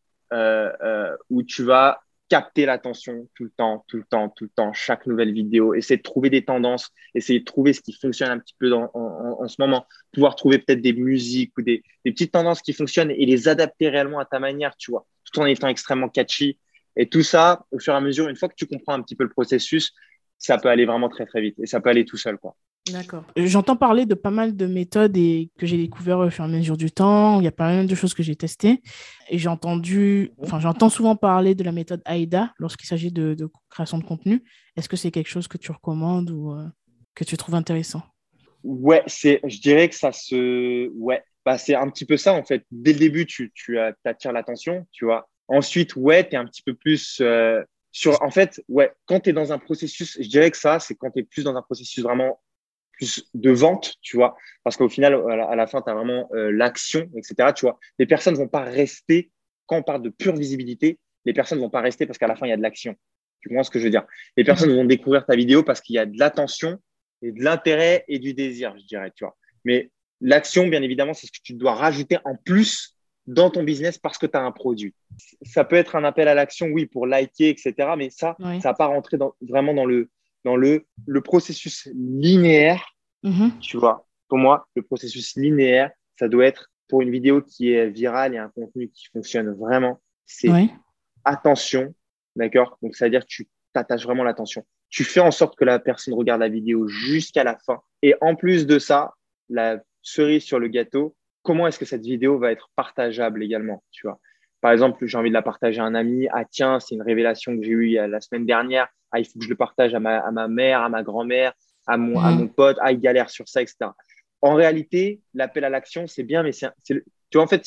[SPEAKER 2] où tu vas capter l'attention tout le temps, tout le temps, tout le temps, chaque nouvelle vidéo, essayer de trouver des tendances, essayer de trouver ce qui fonctionne un petit peu en ce moment, pouvoir trouver peut-être des musiques ou des petites tendances qui fonctionnent et les adapter réellement à ta manière, tu vois, tout en étant extrêmement catchy. Et tout ça, au fur et à mesure, une fois que tu comprends un petit peu le processus, ça peut aller vraiment très, très vite et ça peut aller tout seul, quoi.
[SPEAKER 1] D'accord. J'entends parler de pas mal de méthodes et que j'ai découvert au fur et à mesure du temps. Il y a pas mal de choses que j'ai testées. Et j'entends souvent parler de la méthode AIDA lorsqu'il s'agit de création de contenu. Est-ce que c'est quelque chose que tu recommandes ou que tu trouves intéressant?
[SPEAKER 2] Ouais, je dirais que ouais, bah, c'est un petit peu ça, en fait. Dès le début, t'attires l'attention, tu vois. Ensuite, ouais, t'es un petit peu plus, en fait, ouais, quand t'es dans un processus, je dirais que ça, c'est quand t'es plus dans un processus vraiment plus de vente, tu vois, parce qu'au final, à la fin, tu as vraiment l'action, etc. Tu vois, les personnes vont pas rester, quand on parle de pure visibilité, les personnes vont pas rester parce qu'à la fin, il y a de l'action. Tu comprends ce que je veux dire? Les personnes vont découvrir ta vidéo parce qu'il y a de l'attention et de l'intérêt et du désir, je dirais, tu vois. Mais l'action, bien évidemment, c'est ce que tu dois rajouter en plus dans ton business parce que tu as un produit. Ça peut être un appel à l'action, oui, pour liker, etc. Mais ça va pas rentrer vraiment dans le processus linéaire, tu vois. Pour moi, le processus linéaire, ça doit être pour une vidéo qui est virale et un contenu qui fonctionne vraiment, c'est attention, d'accord? Donc, ça veut dire que tu t'attaches vraiment l'attention. Tu fais en sorte que la personne regarde la vidéo jusqu'à la fin. Et en plus de ça, la cerise sur le gâteau, comment est-ce que cette vidéo va être partageable également, tu vois? Par exemple, j'ai envie de la partager à un ami. Ah tiens, c'est une révélation que j'ai eue la semaine dernière. Ah, il faut que je le partage à ma mère, à ma grand-mère, à mon pote. Ah, il galère sur ça, etc. En réalité, l'appel à l'action, c'est bien, mais tu vois, en fait,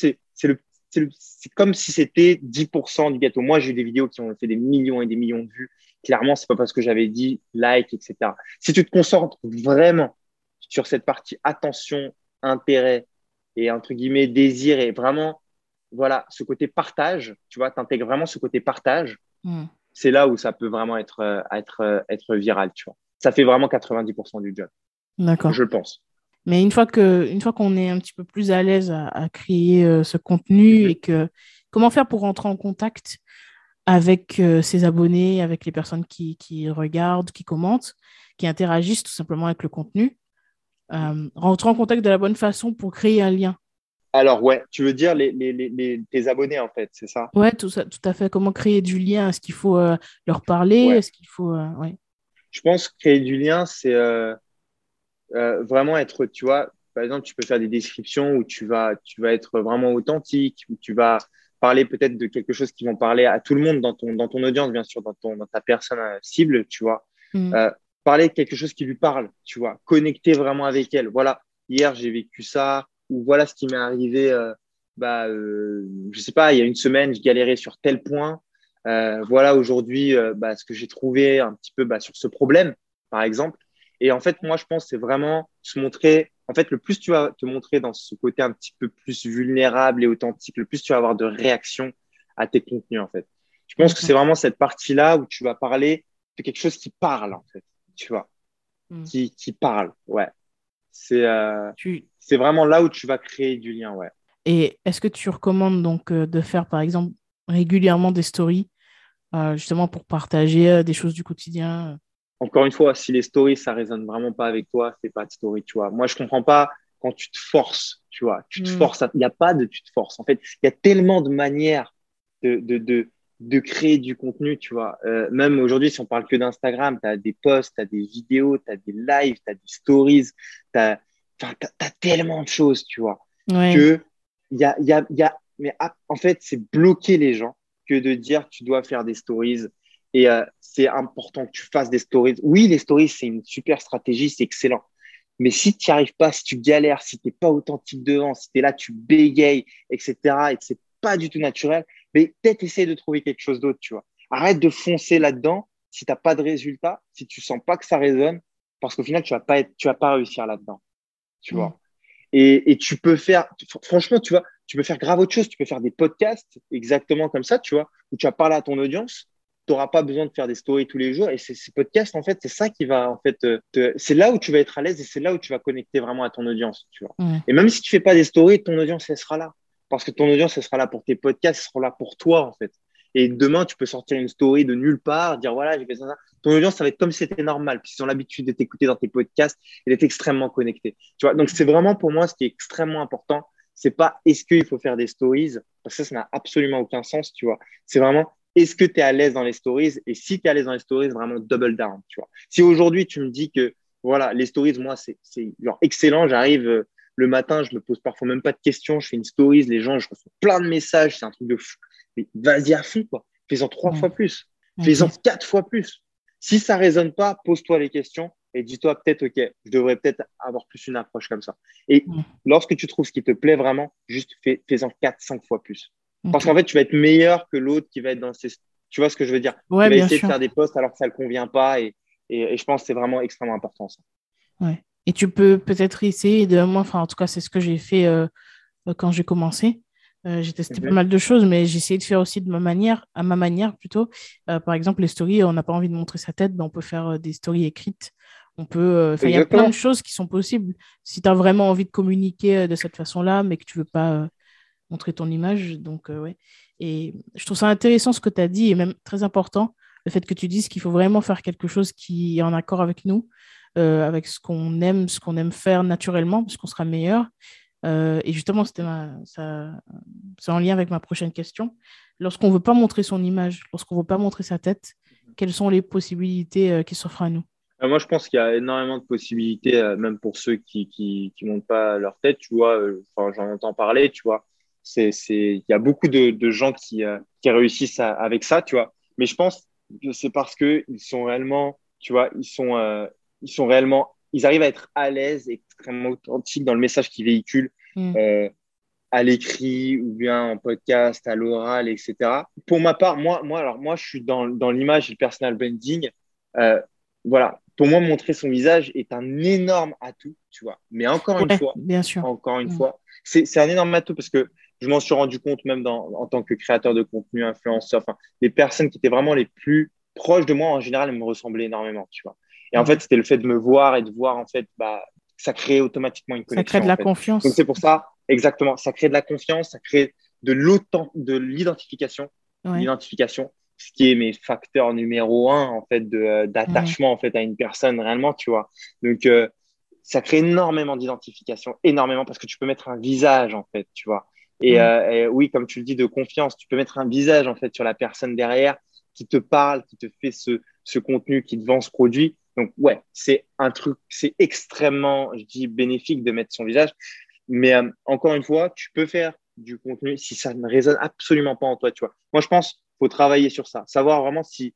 [SPEAKER 2] c'est comme si c'était 10% du gâteau. Moi, j'ai eu des vidéos qui ont fait des millions et des millions de vues. Clairement, c'est pas parce que j'avais dit like, etc. Si tu te concentres vraiment sur cette partie attention, intérêt et entre guillemets désir et vraiment, voilà, ce côté partage, tu vois, t'intègres vraiment ce côté partage, c'est là où ça peut vraiment être viral, tu vois. Ça fait vraiment 90% du job.
[SPEAKER 1] D'accord.
[SPEAKER 2] Je pense.
[SPEAKER 1] Mais une fois qu'on est un petit peu plus à l'aise à créer ce contenu et comment faire pour rentrer en contact avec ses abonnés, avec les personnes qui regardent, qui commentent, qui interagissent tout simplement avec le contenu, rentrer en contact de la bonne façon pour créer un lien.
[SPEAKER 2] Alors, ouais, tu veux dire tes abonnés, en fait, c'est ça?
[SPEAKER 1] Ouais, tout ça, tout à fait. Comment créer du lien? Est-ce qu'il faut leur parler?
[SPEAKER 2] Ouais.
[SPEAKER 1] Est-ce qu'il faut... ouais.
[SPEAKER 2] Je pense que créer du lien, c'est vraiment être, tu vois, par exemple, tu peux faire des descriptions où tu vas être vraiment authentique, où tu vas parler peut-être de quelque chose qui vont parler à tout le monde dans ton audience, bien sûr, dans ta personne cible, tu vois. Euh, Parler de quelque chose qui lui parle, tu vois, connecter vraiment avec elle. Voilà, hier, j'ai vécu ça, ou voilà ce qui m'est arrivé, je sais pas, il y a une semaine, je galérais sur tel point. Voilà, aujourd'hui, ce que j'ai trouvé un petit peu sur ce problème, par exemple. Et en fait, moi, je pense que c'est vraiment se montrer. En fait, le plus tu vas te montrer dans ce côté un petit peu plus vulnérable et authentique, le plus tu vas avoir de réactions à tes contenus, en fait. Je pense que c'est vraiment cette partie-là où tu vas parler de quelque chose qui parle, en fait, tu vois, qui parle, ouais. C'est vraiment là où tu vas créer du lien, ouais.
[SPEAKER 1] Et est-ce que tu recommandes donc de faire, par exemple, régulièrement des stories, justement pour partager des choses du quotidien?
[SPEAKER 2] Encore une fois, si les stories, ça résonne vraiment pas avec toi, c'est pas de story, tu vois. Moi, je comprends pas quand tu te forces, tu vois. Tu te forces, il n'y a pas de tu te forces. En fait, il y a tellement de manières de de créer du contenu, tu vois. Même aujourd'hui, si on parle que d'Instagram, tu as des posts, tu as des vidéos, tu as des lives, tu as des stories, tu as, tellement de choses, tu vois,
[SPEAKER 1] Ouais.
[SPEAKER 2] que mais en fait, c'est bloquer les gens que de dire tu dois faire des stories. Et c'est important que tu fasses des stories. Oui, les stories, c'est une super stratégie, c'est excellent. Mais si tu n'y arrives pas, si tu galères, si tu n'es pas authentique devant, si tu es là, tu bégayes, etc., et que c'est pas du tout naturel, mais peut-être essayer de trouver quelque chose d'autre, tu vois. Arrête de foncer là-dedans si tu n'as pas de résultat, si tu sens pas que ça résonne, parce qu'au final, tu vas pas réussir là-dedans, tu
[SPEAKER 1] Mm.
[SPEAKER 2] vois. Et tu peux faire, franchement, tu vois, tu peux faire grave autre chose. Tu peux faire des podcasts exactement comme ça, tu vois, où tu vas parler à ton audience. Tu n'auras pas besoin de faire des stories tous les jours. Et ces podcasts, en fait, c'est ça qui va, en fait, c'est là où tu vas être à l'aise et c'est là où tu vas connecter vraiment à ton audience, tu vois.
[SPEAKER 1] Mm.
[SPEAKER 2] Et même si tu fais pas des stories, ton audience, elle sera là. Parce que ton audience, elle sera là pour tes podcasts, elle sera là pour toi, en fait. Et demain, tu peux sortir une story de nulle part, dire voilà, j'ai fait ça. Ton audience, ça va être comme si c'était normal, puisqu'ils ont l'habitude de t'écouter dans tes podcasts et d'être extrêmement connectés. Tu vois, donc c'est vraiment pour moi ce qui est extrêmement important. C'est pas est-ce qu'il faut faire des stories, parce que ça n'a absolument aucun sens, tu vois. C'est vraiment est-ce que tu es à l'aise dans les stories, et si tu es à l'aise dans les stories, vraiment double down, tu vois. Si aujourd'hui tu me dis que voilà, les stories, moi, c'est genre excellent, j'arrive le matin, je me pose parfois même pas de questions, je fais une stories, les gens, je reçois plein de messages, c'est un truc de fou. Mais vas-y à fond, quoi. Fais-en 3 fois
[SPEAKER 1] Mm.
[SPEAKER 2] plus,
[SPEAKER 1] Ok.
[SPEAKER 2] fais-en 4 fois plus. Si ça résonne pas, pose-toi les questions et dis-toi peut-être, OK, je devrais peut-être avoir plus une approche comme ça. Et
[SPEAKER 1] Mm.
[SPEAKER 2] lorsque tu trouves ce qui te plaît vraiment, juste fais-en 4, 5 fois plus. Parce
[SPEAKER 1] Ok.
[SPEAKER 2] qu'en fait, tu vas être meilleur que l'autre qui va être dans ces… Tu vois ce que je veux dire? Qui
[SPEAKER 1] Ouais,
[SPEAKER 2] va
[SPEAKER 1] bien
[SPEAKER 2] essayer de
[SPEAKER 1] sûr.
[SPEAKER 2] faire des posts alors que ça ne le convient pas. Et je pense que c'est vraiment extrêmement important, ça.
[SPEAKER 1] Ouais. Et tu peux peut-être essayer de moi, enfin, en tout cas, c'est ce que j'ai fait quand j'ai commencé. J'ai testé pas
[SPEAKER 2] Mhm.
[SPEAKER 1] mal de choses, mais j'ai essayé de faire aussi de ma manière, à ma manière plutôt. Par exemple, les stories, on n'a pas envie de montrer sa tête, ben, on peut faire des stories écrites. On peut, enfin, il y a plein de
[SPEAKER 2] Exactement.
[SPEAKER 1] choses qui sont possibles. Si tu as vraiment envie de communiquer de cette façon-là, mais que tu veux pas montrer ton image, donc ouais. Et je trouve ça intéressant ce que tu as dit, et même très important, le fait que tu dises qu'il faut vraiment faire quelque chose qui est en accord avec nous, avec ce qu'on aime faire naturellement, parce qu'on sera meilleur. Et justement, c'est en lien avec ma prochaine question. Lorsqu'on ne veut pas montrer son image, lorsqu'on ne veut pas montrer sa tête, quelles sont les possibilités qui s'offrent à nous?
[SPEAKER 2] Moi, je pense qu'il y a énormément de possibilités, même pour ceux qui montent pas leur tête, tu vois. Enfin, j'en entends parler, tu vois. Il y a beaucoup de gens qui réussissent avec ça, tu vois. Mais je pense que c'est parce que ils sont réellement, tu vois, ils sont réellement, ils arrivent à être à l'aise, extrêmement authentiques dans le message qu'ils véhiculent,
[SPEAKER 1] Mm.
[SPEAKER 2] euh, à l'écrit ou bien en podcast, à l'oral, etc. Pour ma part, alors moi, je suis dans l'image et le personal branding. Euh, voilà, pour moi, montrer son visage est un énorme atout, tu vois. Mais
[SPEAKER 1] Ouais, bien sûr.
[SPEAKER 2] encore une
[SPEAKER 1] Mm.
[SPEAKER 2] fois, c'est un énorme atout parce que je m'en suis rendu compte même en tant que créateur de contenu, influenceur, enfin, les personnes qui étaient vraiment les plus proches de moi, en général, elles me ressemblaient énormément, tu vois. Et en fait,
[SPEAKER 1] Ouais.
[SPEAKER 2] c'était le fait de me voir et de voir, en fait, bah, ça crée automatiquement une
[SPEAKER 1] Ça crée de
[SPEAKER 2] connexion, en
[SPEAKER 1] la
[SPEAKER 2] fait. Donc, c'est
[SPEAKER 1] confiance.
[SPEAKER 2] pour ça, exactement, ça crée de la confiance, ça crée de l'identification,
[SPEAKER 1] Ouais.
[SPEAKER 2] ce qui est mes facteurs numéro un, en fait,
[SPEAKER 1] Mm.
[SPEAKER 2] d'attachement, en fait, à une personne réellement, tu vois. Donc, ça crée énormément d'identification, énormément, parce que tu peux mettre un visage, en fait, tu vois.
[SPEAKER 1] Ouais.
[SPEAKER 2] Et oui, comme tu le dis, de confiance, tu peux mettre un visage, en fait, sur la personne derrière qui te parle, qui te fait ce contenu, qui te vend ce produit. Donc, ouais, c'est un truc, c'est extrêmement, je dis, bénéfique de mettre son visage. Mais encore une fois, tu peux faire du contenu si ça ne résonne absolument pas en toi, tu vois. Moi, je pense qu'il faut travailler sur ça, savoir vraiment si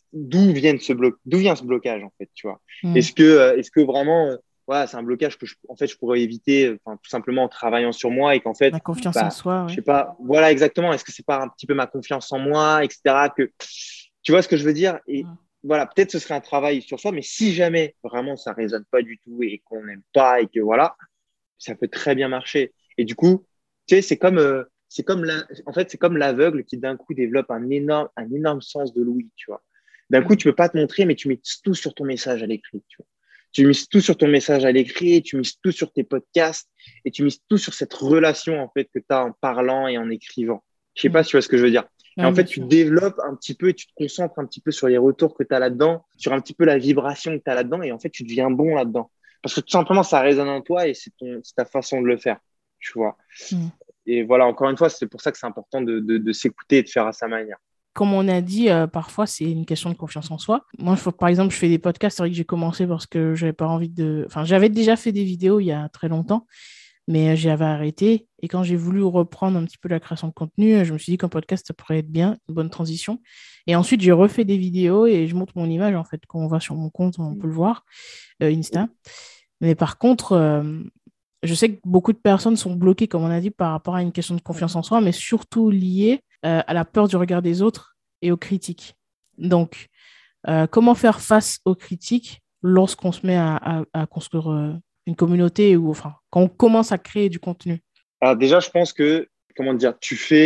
[SPEAKER 2] d'où vient ce blocage, en fait, tu vois.
[SPEAKER 1] Mm.
[SPEAKER 2] Est-ce que vraiment, voilà, c'est un blocage que en fait, je pourrais éviter, enfin, tout simplement en travaillant sur moi et qu'en fait,
[SPEAKER 1] La confiance en
[SPEAKER 2] bah,
[SPEAKER 1] soi,
[SPEAKER 2] je
[SPEAKER 1] ouais.
[SPEAKER 2] sais pas, voilà exactement. Est-ce que c'est pas un petit peu ma confiance en moi, etc. Que tu vois ce que je veux dire? Et
[SPEAKER 1] Mm.
[SPEAKER 2] voilà, peut-être ce serait un travail sur soi, mais si jamais vraiment ça résonne pas du tout et qu'on n'aime pas et que voilà, ça peut très bien marcher. Et du coup, tu sais, en fait, c'est comme l'aveugle qui d'un coup développe un énorme sens de l'ouïe, tu vois. D'un coup,
[SPEAKER 1] Mm.
[SPEAKER 2] tu peux pas te montrer, mais tu mets tout sur ton message à l'écrit, tu vois. Tu mises tout sur ton message à l'écrit, tu mises tout sur tes podcasts et tu mises tout sur cette relation, en fait, que tu as en parlant et en écrivant. Je sais pas
[SPEAKER 1] Mm.
[SPEAKER 2] si tu vois ce que je veux dire. Et
[SPEAKER 1] Ouais,
[SPEAKER 2] en
[SPEAKER 1] bien
[SPEAKER 2] fait, tu
[SPEAKER 1] sûr.
[SPEAKER 2] développes un petit peu et tu te concentres un petit peu sur les retours que tu as là-dedans, sur un petit peu la vibration que tu as là-dedans et en fait, tu deviens bon là-dedans. Parce que tout simplement, ça résonne en toi et c'est ta façon de le faire, tu vois.
[SPEAKER 1] Mm.
[SPEAKER 2] Et voilà, encore une fois, c'est pour ça que c'est important de s'écouter et de faire à sa manière.
[SPEAKER 1] comme on a dit, parfois, c'est une question de confiance en soi. Moi, par exemple, je fais des podcasts. C'est vrai que j'ai commencé parce que j'avais pas envie de... Enfin, j'avais déjà fait des vidéos il y a très longtemps, mais j'avais arrêté. Et quand j'ai voulu reprendre un petit peu la création de contenu, je me suis dit qu'un podcast, ça pourrait être bien, une bonne transition. Et ensuite, j'ai refait des vidéos et je montre mon image, en fait. Quand on va sur mon compte, on peut le voir, Insta. Mais par contre, je sais que beaucoup de personnes sont bloquées, comme on a dit, par rapport à une question de confiance en soi, mais surtout liée à la peur du regard des autres et aux critiques. Donc, comment faire face aux critiques lorsqu'on se met à construire une communauté ou enfin, quand on commence à créer du contenu?
[SPEAKER 2] Alors déjà, je pense que, comment dire,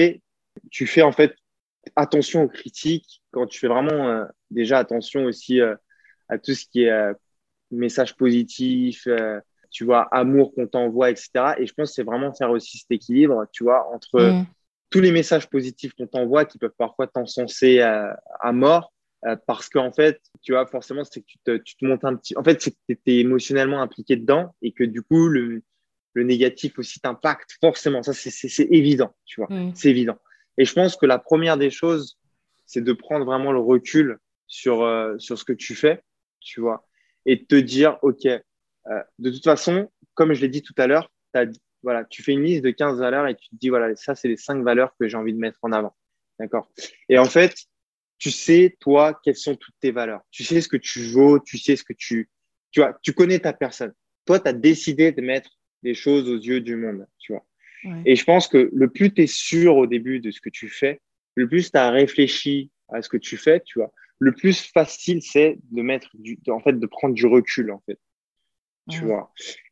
[SPEAKER 2] tu fais en fait attention aux critiques quand tu fais vraiment déjà attention aussi à tout ce qui est message positif, tu vois, amour qu'on t'envoie, etc. Et je pense que c'est vraiment faire aussi cet équilibre, tu vois, entre tous les messages positifs qu'on t'envoie qui peuvent parfois t'encenser à mort. Parce qu'en fait, tu vois, forcément, c'est que tu te montes un petit. En fait, c'est que tu es émotionnellement impliqué dedans et que du coup, le négatif aussi t'impacte forcément. Ça, c'est évident, tu vois. C'est évident. Et je pense que la première des choses, c'est de prendre vraiment le recul sur ce que tu fais, tu vois, et de te dire, OK, de toute façon, comme je l'ai dit tout à l'heure, voilà, tu fais une liste de 15 valeurs et tu te dis, voilà, ça, c'est les 5 valeurs que j'ai envie de mettre en avant. D'accord? Et en fait, tu sais, toi, quelles sont toutes tes valeurs. Tu sais ce que tu vaux, tu sais ce que tu vois, tu connais ta personne. Toi, tu as décidé de mettre des choses aux yeux du monde, tu vois.
[SPEAKER 1] Ouais.
[SPEAKER 2] Et je pense que le plus tu es sûr au début de ce que tu fais, le plus tu as réfléchi à ce que tu fais, tu vois, le plus facile c'est de mettre en fait, de prendre du recul, en fait, tu vois.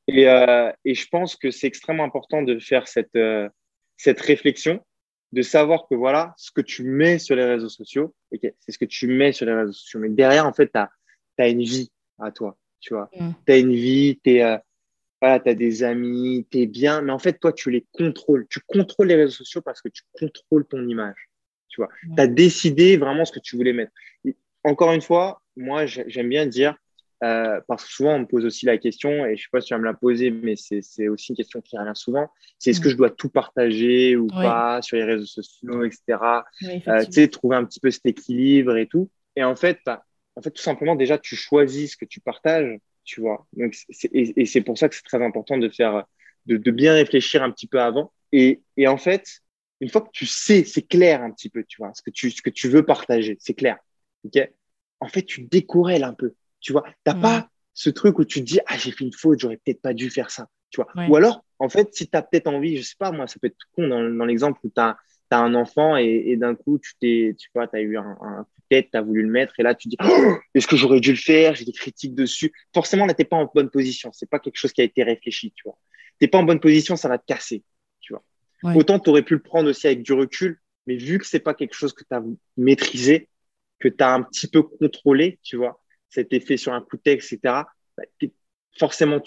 [SPEAKER 2] Et je pense que c'est extrêmement important de faire cette réflexion, de savoir que voilà, ce que tu mets sur les réseaux sociaux, okay, c'est ce que tu mets sur les réseaux sociaux. Mais derrière, en fait, tu as une vie à toi, tu vois. Tu as une vie, voilà, tu as des amis, tu es bien, mais en fait, toi, tu les contrôles. Tu contrôles les réseaux sociaux parce que tu contrôles ton image. Tu vois, tu as décidé vraiment ce que tu voulais mettre. Et encore une fois, moi, j'aime bien dire, parce que souvent, on me pose aussi la question, et je sais pas si tu vas me la poser, mais c'est aussi une question qui revient souvent, c'est est-ce que je dois tout partager ou pas sur les réseaux sociaux, etc.
[SPEAKER 1] Oui,
[SPEAKER 2] Tu sais, trouver un petit peu cet équilibre et tout. Et en fait, tout simplement, déjà, tu choisis ce que tu partages, tu vois. Donc, et c'est pour ça que c'est très important de bien réfléchir un petit peu avant. Et en fait, une fois que tu sais, c'est clair un petit peu, tu vois, ce que tu veux partager, c'est clair. Ok. En fait, tu décorrèles un peu, tu vois. T'as pas ce truc où tu te dis, ah, j'ai fait une faute, j'aurais peut-être pas dû faire ça, tu vois. Ou alors, en fait, si tu as peut-être envie, je sais pas, moi, ça peut être tout con dans l'exemple où tu as un enfant et d'un coup, tu vois, as eu un coup de tête, tu as voulu le mettre et là, tu dis, oh, est-ce que j'aurais dû le faire? J'ai des critiques dessus. Forcément, là, t'es pas en bonne position. C'est pas quelque chose qui a été réfléchi, tu vois. T'es pas en bonne position, ça va te casser, tu vois. Autant tu aurais pu le prendre aussi avec du recul, mais vu que c'est pas quelque chose que tu as maîtrisé, que tu as un petit peu contrôlé, tu vois, cet effet sur un coup de tête, etc., bah, forcément,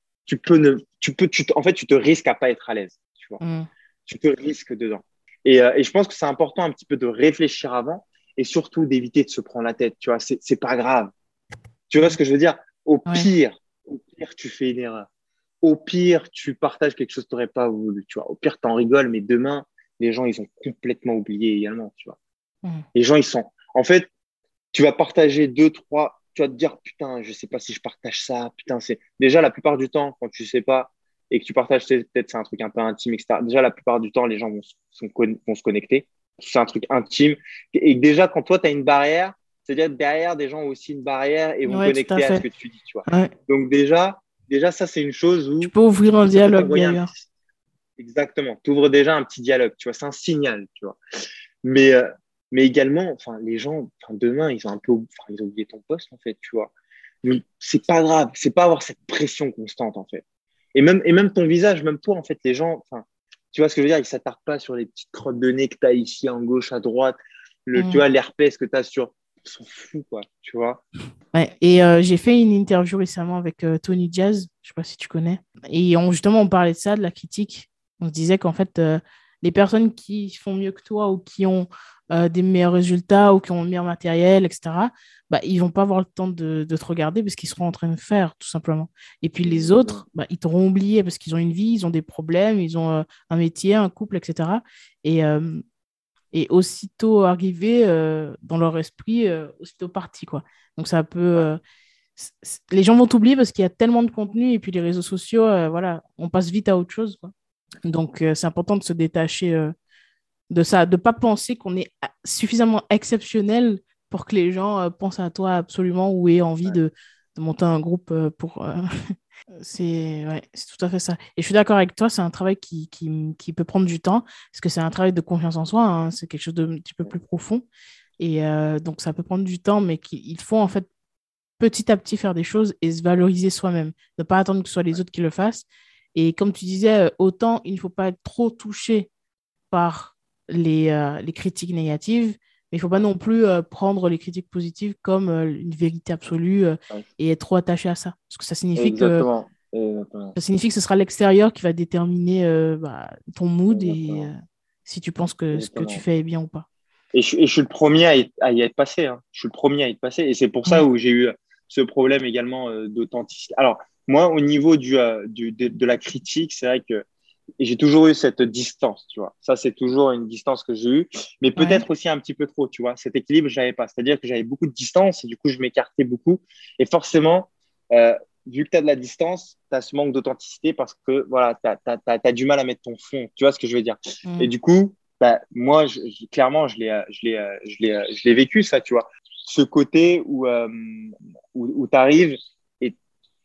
[SPEAKER 2] en fait, tu te risques à pas être à l'aise, tu vois. Tu te risques dedans. Et je pense que c'est important un petit peu de réfléchir avant et surtout d'éviter de se prendre la tête, tu vois, c'est pas grave. Tu vois ce que je veux dire? Au pire, tu fais une erreur. Au pire, tu partages quelque chose que tu n'aurais pas voulu, tu vois. Au pire, tu en rigoles, mais demain, les gens, ils ont complètement oublié également, tu vois. Les gens, ils sont. En fait, tu vas partager deux, trois, tu vas te dire, putain, je sais pas si je partage ça, putain, c'est. Déjà, la plupart du temps, quand tu sais pas et que tu partages, peut-être c'est un truc un peu intime, etc. Déjà, la plupart du temps, les gens vont se connecter. C'est un truc intime. Et déjà, quand toi, tu as une barrière, c'est-à-dire que derrière, des gens ont aussi une barrière et vont
[SPEAKER 1] tout à
[SPEAKER 2] connecter à ce
[SPEAKER 1] fait.
[SPEAKER 2] que tu dis, tu vois. Donc, déjà, ça, c'est une chose
[SPEAKER 1] Tu
[SPEAKER 2] où
[SPEAKER 1] peux ouvrir un
[SPEAKER 2] ça peut
[SPEAKER 1] dialogue
[SPEAKER 2] t'envoyer
[SPEAKER 1] d'ailleurs.
[SPEAKER 2] Exactement. Tu ouvres déjà un petit dialogue, tu vois, c'est un signal, tu vois. Mais, euh, mais également, enfin, les gens, enfin, demain, ils ont ils ont oublié ton poste, en fait, tu vois. Donc, c'est pas grave, c'est pas avoir cette pression constante, en fait. Et même ton visage, même toi, en fait, les gens, enfin, tu vois ce que je veux dire, ils s'attardent pas sur les petites crottes de nez que tu as ici, en gauche, à droite, tu vois, l'herpès que tu as sur. Ils s'en foutent, quoi, tu vois.
[SPEAKER 1] Ouais. Et j'ai fait une interview récemment avec Tony Jazz, je sais pas si tu connais. Et justement, on parlait de ça, de la critique. On se disait qu'en fait, les personnes qui font mieux que toi ou qui ont des meilleurs résultats ou qui ont le meilleur matériel, etc., bah, ils vont pas avoir le temps de te regarder parce qu'ils seront en train de faire, tout simplement. Et puis les autres, bah, ils t'auront oublié parce qu'ils ont une vie, ils ont des problèmes, ils ont un métier, un couple, etc. Et Et aussitôt arrivé dans leur esprit, aussitôt parti, quoi. Donc, ça peut...
[SPEAKER 2] Ouais,
[SPEAKER 1] les gens vont t'oublier parce qu'il y a tellement de contenu et puis les réseaux sociaux, voilà, on passe vite à autre chose, quoi. Donc, c'est important de se détacher de ça, de ne pas penser qu'on est suffisamment exceptionnel pour que les gens pensent à toi absolument ou aient envie
[SPEAKER 2] ouais,
[SPEAKER 1] de monter un groupe pour... c'est tout à fait ça. Et je suis d'accord avec toi, c'est un travail qui peut prendre du temps, parce que c'est un travail de confiance en soi, hein, c'est quelque chose de un petit peu
[SPEAKER 2] ouais,
[SPEAKER 1] plus profond. Et donc, ça peut prendre du temps, mais qu'il faut en fait petit à petit faire des choses et se valoriser soi-même. Ne pas attendre que ce soit les
[SPEAKER 2] ouais.
[SPEAKER 1] autres qui le fassent. Et comme tu disais, autant il ne faut pas être trop touché par les critiques négatives, mais il ne faut pas
[SPEAKER 2] Ouais,
[SPEAKER 1] non plus prendre les critiques positives comme une vérité absolue
[SPEAKER 2] ouais.
[SPEAKER 1] et être trop attaché à ça. Parce que
[SPEAKER 2] Exactement. Exactement.
[SPEAKER 1] ça signifie que ce sera l'extérieur qui va déterminer ton mood et
[SPEAKER 2] Exactement.
[SPEAKER 1] si tu penses que ce que tu
[SPEAKER 2] Exactement.
[SPEAKER 1] fais est bien ou pas.
[SPEAKER 2] Et je suis le premier à y être passé. Hein. Je suis le premier à y être passé. Et c'est pour ça
[SPEAKER 1] Ouais,
[SPEAKER 2] où j'ai eu ce problème également d'authenticité. Alors, moi, au niveau de la critique, c'est vrai que j'ai toujours eu cette distance, tu vois. Ça, c'est toujours une distance que j'ai eue, mais
[SPEAKER 1] ouais,
[SPEAKER 2] peut-être aussi un petit peu trop, tu vois. Cet équilibre, je n'avais pas. C'est-à-dire que j'avais beaucoup de distance et du coup, je m'écartais beaucoup. Et forcément, euh, vu que tu as de la distance, tu as ce manque d'authenticité parce que voilà, tu as du mal à mettre ton fond. Tu vois ce que je veux dire? Et
[SPEAKER 1] mm,
[SPEAKER 2] du coup, bah, moi, clairement, je l'ai vécu, ça, tu vois. Ce côté où tu arrives et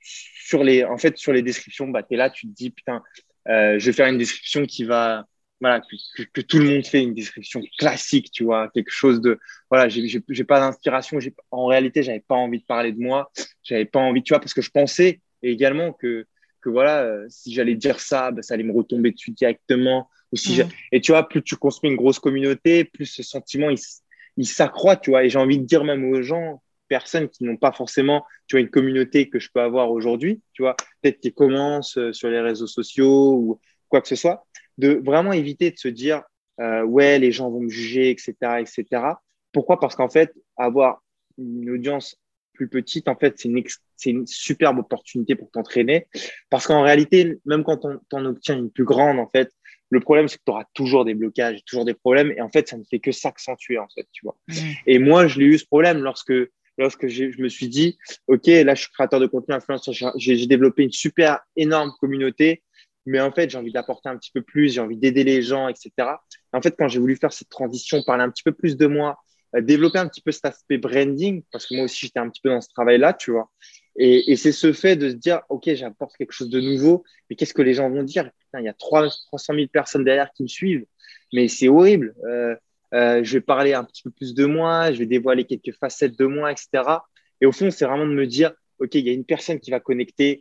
[SPEAKER 2] en fait, sur les descriptions, bah, tu es là, tu te dis, putain, je vais faire une description qui va, voilà, que tout le monde fait, une description classique, tu vois, quelque chose de, voilà, j'ai pas d'inspiration. En réalité, j'avais pas envie de parler de moi. J'avais pas envie, tu vois, parce que je pensais également que voilà, si j'allais dire ça, bah, ça allait me retomber dessus directement.
[SPEAKER 1] mm,
[SPEAKER 2] Et tu vois, plus tu construis une grosse communauté, plus ce sentiment, il s'accroît, tu vois. Et j'ai envie de dire même aux gens, personnes qui n'ont pas forcément, tu vois, une communauté que je peux avoir aujourd'hui, tu vois, peut-être qui commencent sur les réseaux sociaux ou quoi que ce soit, de vraiment éviter de se dire, ouais, les gens vont me juger, etc., etc. Pourquoi? Parce qu'en fait, avoir une audience plus petite, en fait, c'est une superbe opportunité pour t'entraîner. Parce qu'en réalité, même quand on t'en obtient une plus grande, en fait, le problème, c'est que tu auras toujours des blocages, toujours des problèmes. Et en fait, ça ne fait que s'accentuer, en fait, tu vois.
[SPEAKER 1] mm.
[SPEAKER 2] Et moi, je l'ai eu ce problème lorsque je me suis dit, OK, là, je suis créateur de contenu influenceur, j'ai développé une super énorme communauté, mais en fait, j'ai envie d'apporter un petit peu plus, j'ai envie d'aider les gens, etc. En fait, quand j'ai voulu faire cette transition, parler un petit peu plus de moi, développer un petit peu cet aspect branding, parce que moi aussi, j'étais un petit peu dans ce travail-là, tu vois. Et c'est ce fait de se dire, OK, j'apporte quelque chose de nouveau, mais qu'est-ce que les gens vont dire? Putain, il y a 300 000 personnes derrière qui me suivent, mais c'est horrible. Je vais parler un petit peu plus de moi, je vais dévoiler quelques facettes de moi, etc. Et au fond, c'est vraiment de me dire, OK, il y a une personne qui va connecter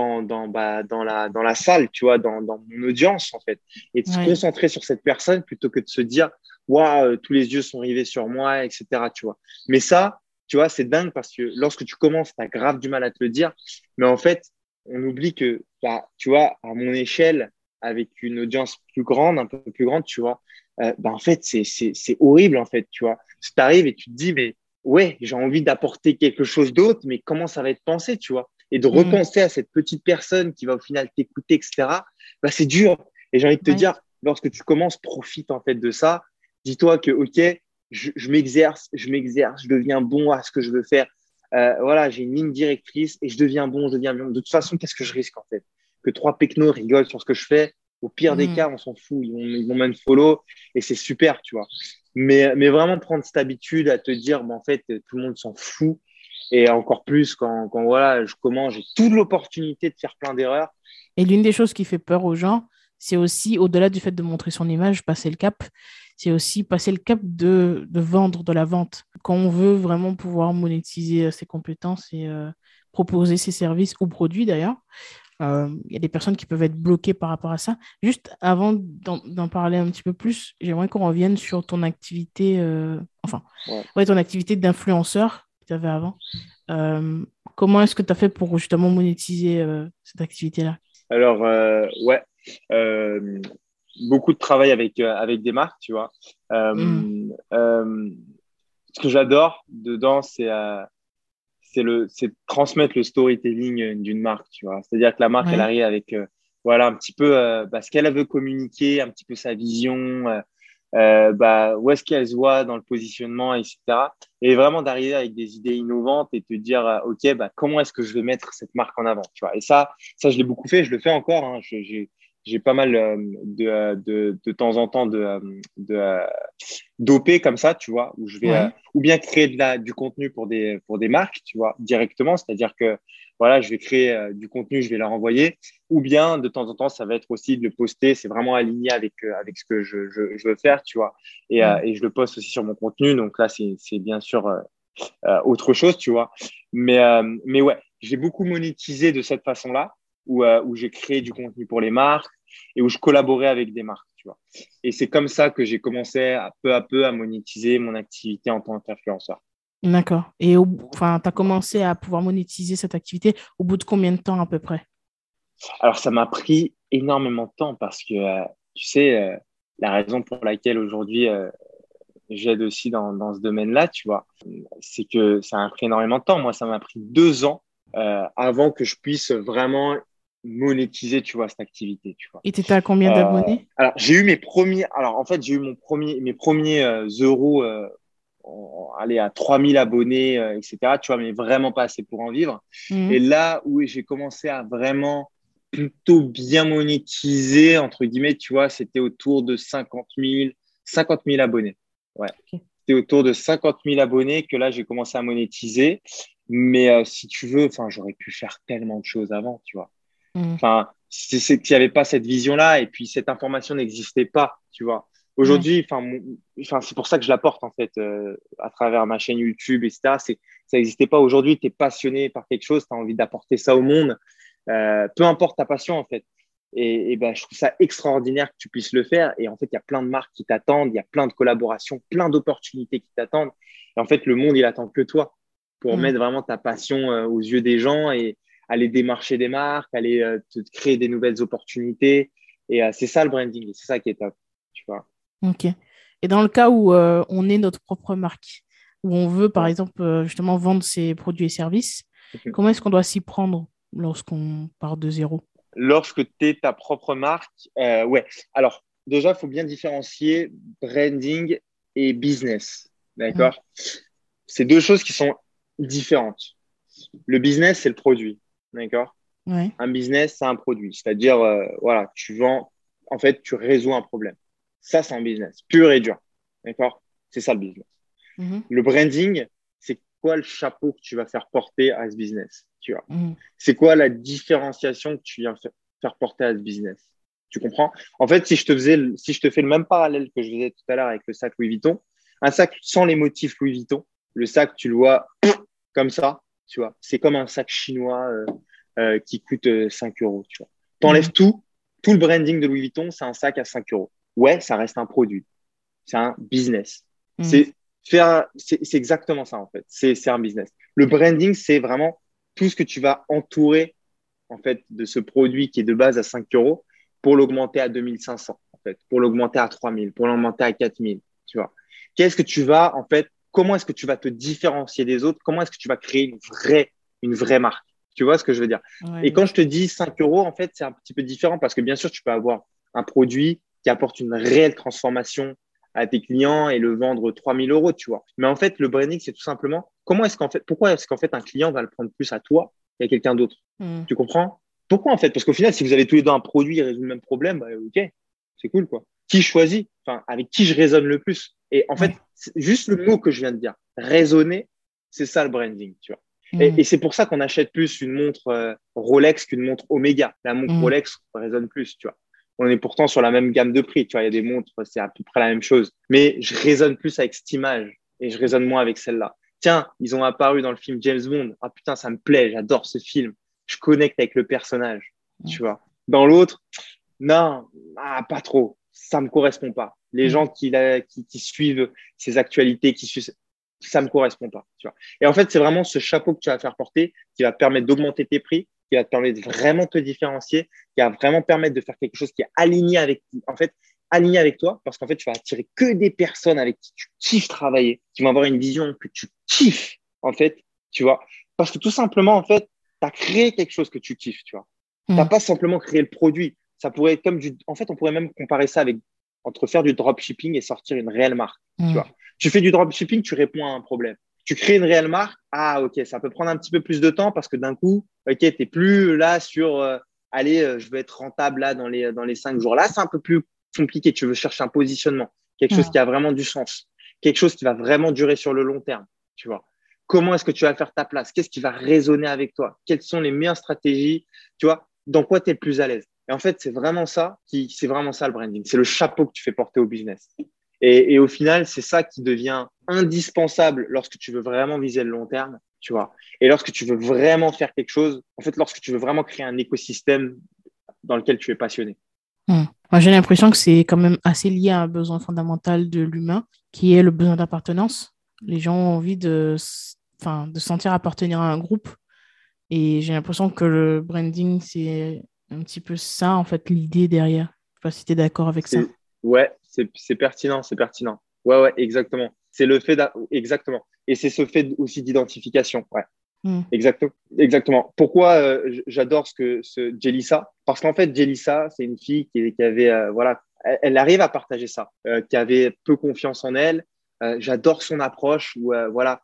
[SPEAKER 2] dans la salle, tu vois, dans mon audience, en fait. Et de se
[SPEAKER 1] Ouais,
[SPEAKER 2] concentrer sur cette personne plutôt que de se dire, waouh, tous les yeux sont rivés sur moi, etc., tu vois. Mais ça, tu vois, c'est dingue parce que lorsque tu commences, tu as grave du mal à te le dire. Mais en fait, on oublie que, bah, tu vois, à mon échelle, avec une audience plus grande, un peu plus grande, tu vois, bah, en fait, c'est horrible, en fait, tu vois. Tu arrives et tu te dis, mais ouais, j'ai envie d'apporter quelque chose d'autre, mais comment ça va être pensé, tu vois? Et de
[SPEAKER 1] mm,
[SPEAKER 2] repenser à cette petite personne qui va au final t'écouter, etc., bah, c'est dur. Et j'ai envie de te
[SPEAKER 1] ouais.
[SPEAKER 2] dire, lorsque tu commences, profite en fait de ça. Dis-toi que, OK, je m'exerce, je deviens bon à ce que je veux faire. Voilà, j'ai une ligne directrice et je deviens bon, je deviens bon. De toute façon, qu'est-ce que je risque en fait? Que trois pecnos rigolent sur ce que je fais. Au pire des
[SPEAKER 1] Mm.
[SPEAKER 2] cas, on s'en fout. Ils vont même follow et c'est super, tu vois. Mais vraiment prendre cette habitude à te dire, bah, en fait, tout le monde s'en fout. Et encore plus quand voilà, je commence, j'ai toute l'opportunité de faire plein d'erreurs.
[SPEAKER 1] Et l'une des choses qui fait peur aux gens, c'est aussi, au-delà du fait de montrer son image, passer le cap, c'est aussi passer le cap de vendre, de la vente. Quand on veut vraiment pouvoir monétiser ses compétences et proposer ses services ou produits d'ailleurs, il y a des personnes qui peuvent être bloquées par rapport à ça. Juste avant d'en parler un petit peu plus, j'aimerais qu'on revienne sur ton activité,
[SPEAKER 2] Ouais.
[SPEAKER 1] ouais, ton activité d'influenceur que tu avais avant. Euh, Comment est-ce que tu as fait pour justement monétiser cette activité-là?
[SPEAKER 2] Alors, ouais, euh, beaucoup de travail avec des marques, tu vois.
[SPEAKER 1] Mm.
[SPEAKER 2] Euh, ce que j'adore dedans, c'est de transmettre le storytelling d'une marque, tu vois. C'est-à-dire que la marque, elle
[SPEAKER 1] Ouais.
[SPEAKER 2] arrive avec, voilà, un petit peu bah, ce qu'elle veut communiquer, un petit peu sa vision. où est-ce qu'elle se voit dans le positionnement, etc. Et vraiment d'arriver avec des idées innovantes et te dire, OK, comment est-ce que je vais mettre cette marque en avant, tu vois. Et ça, je l'ai beaucoup fait, je le fais encore. Hein. J'ai pas mal de temps en temps d'OP comme ça, tu vois, où je vais
[SPEAKER 1] Ouais.
[SPEAKER 2] ou bien créer du contenu pour des marques, tu vois, directement. C'est-à-dire que voilà, je vais créer du contenu, je vais leur envoyer. Ou bien, de temps en temps, ça va être aussi de le poster. C'est vraiment aligné avec ce que je veux faire, tu vois.
[SPEAKER 1] Mm.
[SPEAKER 2] Et je le poste aussi sur mon contenu. Donc là, c'est bien sûr autre chose, tu vois. Mais ouais, j'ai beaucoup monétisé de cette façon-là, où j'ai créé du contenu pour les marques et où je collaborais avec des marques, tu vois. Et c'est comme ça que j'ai commencé peu à peu à monétiser mon activité en tant qu'influenceur.
[SPEAKER 1] D'accord. Et enfin, tu as commencé à pouvoir monétiser cette activité au bout de combien de temps à peu près?
[SPEAKER 2] Alors, ça m'a pris énormément de temps parce que, tu sais, la raison pour laquelle aujourd'hui j'aide aussi dans ce domaine-là, tu vois, c'est que ça m'a pris énormément de temps. Moi, ça m'a pris 2 ans avant que je puisse vraiment monétiser, tu vois, cette activité, tu vois.
[SPEAKER 1] Et tu étais à combien d'abonnés?
[SPEAKER 2] Alors, j'ai eu mes premiers, alors en fait, j'ai eu mes premiers euros, aller à 3000 abonnés, etc., tu vois, mais vraiment pas assez pour en vivre. Et
[SPEAKER 1] Mhm.
[SPEAKER 2] là où j'ai commencé à vraiment plutôt bien monétiser, entre guillemets, tu vois, c'était autour de 50 000 abonnés. Ouais.
[SPEAKER 1] Ok.
[SPEAKER 2] C'était autour de 50 000 abonnés que là, j'ai commencé à monétiser. Mais si tu veux, enfin, j'aurais pu faire tellement de choses avant, tu vois.
[SPEAKER 1] Mhm.
[SPEAKER 2] Enfin, c'est qu'il n'y avait pas cette vision-là et puis cette information n'existait pas, tu vois.
[SPEAKER 1] Ouais.
[SPEAKER 2] Aujourd'hui, enfin, c'est pour ça que je l'apporte en fait à travers ma chaîne YouTube, etc. Ça n'existait pas aujourd'hui. Tu es passionné par quelque chose, tu as envie d'apporter ça au monde, peu importe ta passion en fait. Et ben, je trouve ça extraordinaire que tu puisses le faire. Et en fait, il y a plein de marques qui t'attendent, il y a plein de collaborations, plein d'opportunités qui t'attendent. Et en fait, le monde, il attend que toi pour
[SPEAKER 1] Mhm.
[SPEAKER 2] mettre vraiment ta passion aux yeux des gens et aller démarcher des marques, aller te créer des nouvelles opportunités. Et c'est ça le branding, et c'est ça qui est top, tu vois.
[SPEAKER 1] Ok. Et dans le cas où on est notre propre marque, où on veut, par
[SPEAKER 2] Ouais.
[SPEAKER 1] exemple, justement vendre ses produits et services, comment est-ce qu'on doit s'y prendre lorsqu'on part de zéro?
[SPEAKER 2] Lorsque tu es ta propre marque, ouais. Alors, déjà, il faut bien différencier branding et business.
[SPEAKER 1] Mhm.
[SPEAKER 2] D'accord? C'est deux choses qui sont différentes. Le business, c'est le produit. D'accord?
[SPEAKER 1] Ouais.
[SPEAKER 2] Un business, c'est un produit. C'est-à-dire, voilà, tu vends, en fait, tu résous un problème. Ça, c'est un business, pur et dur. D'accord? C'est ça le business.
[SPEAKER 1] Mhm.
[SPEAKER 2] Le branding, c'est quoi le chapeau que tu vas faire porter à ce business, tu vois?
[SPEAKER 1] Mhm.
[SPEAKER 2] C'est quoi la différenciation que tu viens faire porter à ce business? Tu comprends? En fait, si je te fais le même parallèle que je faisais tout à l'heure avec le sac Louis Vuitton, un sac sans les motifs Louis Vuitton, le sac, tu le vois comme ça, tu vois. C'est comme un sac chinois qui coûte 5 euros, tu vois. T'enlèves
[SPEAKER 1] Mhm.
[SPEAKER 2] tout le branding de Louis Vuitton, c'est un sac à 5 euros. Ouais, ça reste un produit. C'est un business.
[SPEAKER 1] Mhm.
[SPEAKER 2] C'est exactement ça, en fait. C'est un business. Le branding, c'est vraiment tout ce que tu vas entourer, en fait, de ce produit qui est de base à 5 euros pour l'augmenter à 2500, en fait, pour l'augmenter à 3000, pour l'augmenter à 4000, tu vois. Qu'est-ce que tu vas, en fait, comment est-ce que tu vas te différencier des autres? Comment est-ce que tu vas créer une vraie marque? Tu vois ce que je veux dire?
[SPEAKER 1] Ouais,
[SPEAKER 2] Et
[SPEAKER 1] ouais.
[SPEAKER 2] quand je te dis 5 euros, en fait, c'est un petit peu différent parce que bien sûr, tu peux avoir un produit qui apporte une réelle transformation à tes clients et le vendre 3000 euros, tu vois. Mais en fait, le branding, c'est tout simplement pourquoi est-ce qu'en fait un client va le prendre plus à toi qu'à quelqu'un d'autre?
[SPEAKER 1] Mhm.
[SPEAKER 2] Tu comprends? Pourquoi en fait? Parce qu'au final, si vous avez tous les deux un produit qui résout le même problème, ok, c'est cool quoi. Qui choisit? Enfin, avec qui je raisonne le plus? Et en fait,
[SPEAKER 1] Ouais.
[SPEAKER 2] juste le mot que je viens de dire, raisonner, c'est ça le branding, tu vois. Et
[SPEAKER 1] Mhm.
[SPEAKER 2] c'est pour ça qu'on achète plus une montre Rolex qu'une montre Omega. La montre
[SPEAKER 1] Mhm.
[SPEAKER 2] Rolex résonne plus, tu vois. On est pourtant sur la même gamme de prix, tu vois. Il y a des montres, c'est à peu près la même chose. Mais je raisonne plus avec cette image et je raisonne moins avec celle-là. Tiens, ils ont apparu dans le film James Bond. Ah putain, ça me plaît, j'adore ce film. Je connecte avec le personnage, tu vois. Dans l'autre, non, pas trop. Ça me correspond pas. Les
[SPEAKER 1] Mhm.
[SPEAKER 2] gens qui suivent ces actualités, ça me correspond pas, tu vois. Et en fait, c'est vraiment ce chapeau que tu vas faire porter qui va te permettre d'augmenter tes prix, qui va te permettre de vraiment te différencier, qui va vraiment permettre de faire quelque chose qui est aligné avec toi, parce qu'en fait, tu vas attirer que des personnes avec qui tu kiffes travailler, qui vont avoir une vision que tu kiffes, en fait, tu vois. Parce que tout simplement, en fait, tu as créé quelque chose que tu kiffes, tu vois. T'as
[SPEAKER 1] Mhm.
[SPEAKER 2] pas simplement créé le produit. Ça pourrait être en fait, on pourrait même comparer ça avec entre faire du dropshipping et sortir une réelle marque. Tu
[SPEAKER 1] Mm.
[SPEAKER 2] vois, tu fais du dropshipping, tu réponds à un problème. Tu crées une réelle marque, ah ok, ça peut prendre un petit peu plus de temps parce que d'un coup, ok, t'es plus là sur, allez, je veux être rentable là dans les 5 jours. Là, c'est un peu plus compliqué. Tu veux chercher un positionnement, quelque chose qui
[SPEAKER 1] Mm.
[SPEAKER 2] a vraiment du sens, quelque chose qui va vraiment durer sur le long terme. Tu vois, comment est-ce que tu vas faire ta place? Qu'est-ce qui va résonner avec toi? Quelles sont les meilleures stratégies? Tu vois, dans quoi tu es le plus à l'aise? Et en fait, c'est vraiment ça le branding. C'est le chapeau que tu fais porter au business. Et au final, c'est ça qui devient indispensable lorsque tu veux vraiment viser le long terme, tu vois. Et lorsque tu veux vraiment faire quelque chose, en fait, lorsque tu veux vraiment créer un écosystème dans lequel tu es passionné.
[SPEAKER 1] Mm. Moi, j'ai l'impression que c'est quand même assez lié à un besoin fondamental de l'humain, qui est le besoin d'appartenance. Les gens ont envie enfin, de sentir appartenir à un groupe. Et j'ai l'impression que le branding, c'est un petit peu ça, en fait, l'idée derrière. Je sais pas si tu es d'accord avec ça.
[SPEAKER 2] C'est, ouais, c'est pertinent, c'est pertinent. Ouais, ouais, exactement. C'est le fait exactement. Et c'est ce fait aussi d'identification. Ouais.
[SPEAKER 1] Mm.
[SPEAKER 2] Exactement. Exactement. Pourquoi j'adore ce Jelissa? Parce qu'en fait, Jelissa, c'est une fille qui avait, voilà, elle arrive à partager ça, qui avait peu confiance en elle. J'adore son approche où, voilà,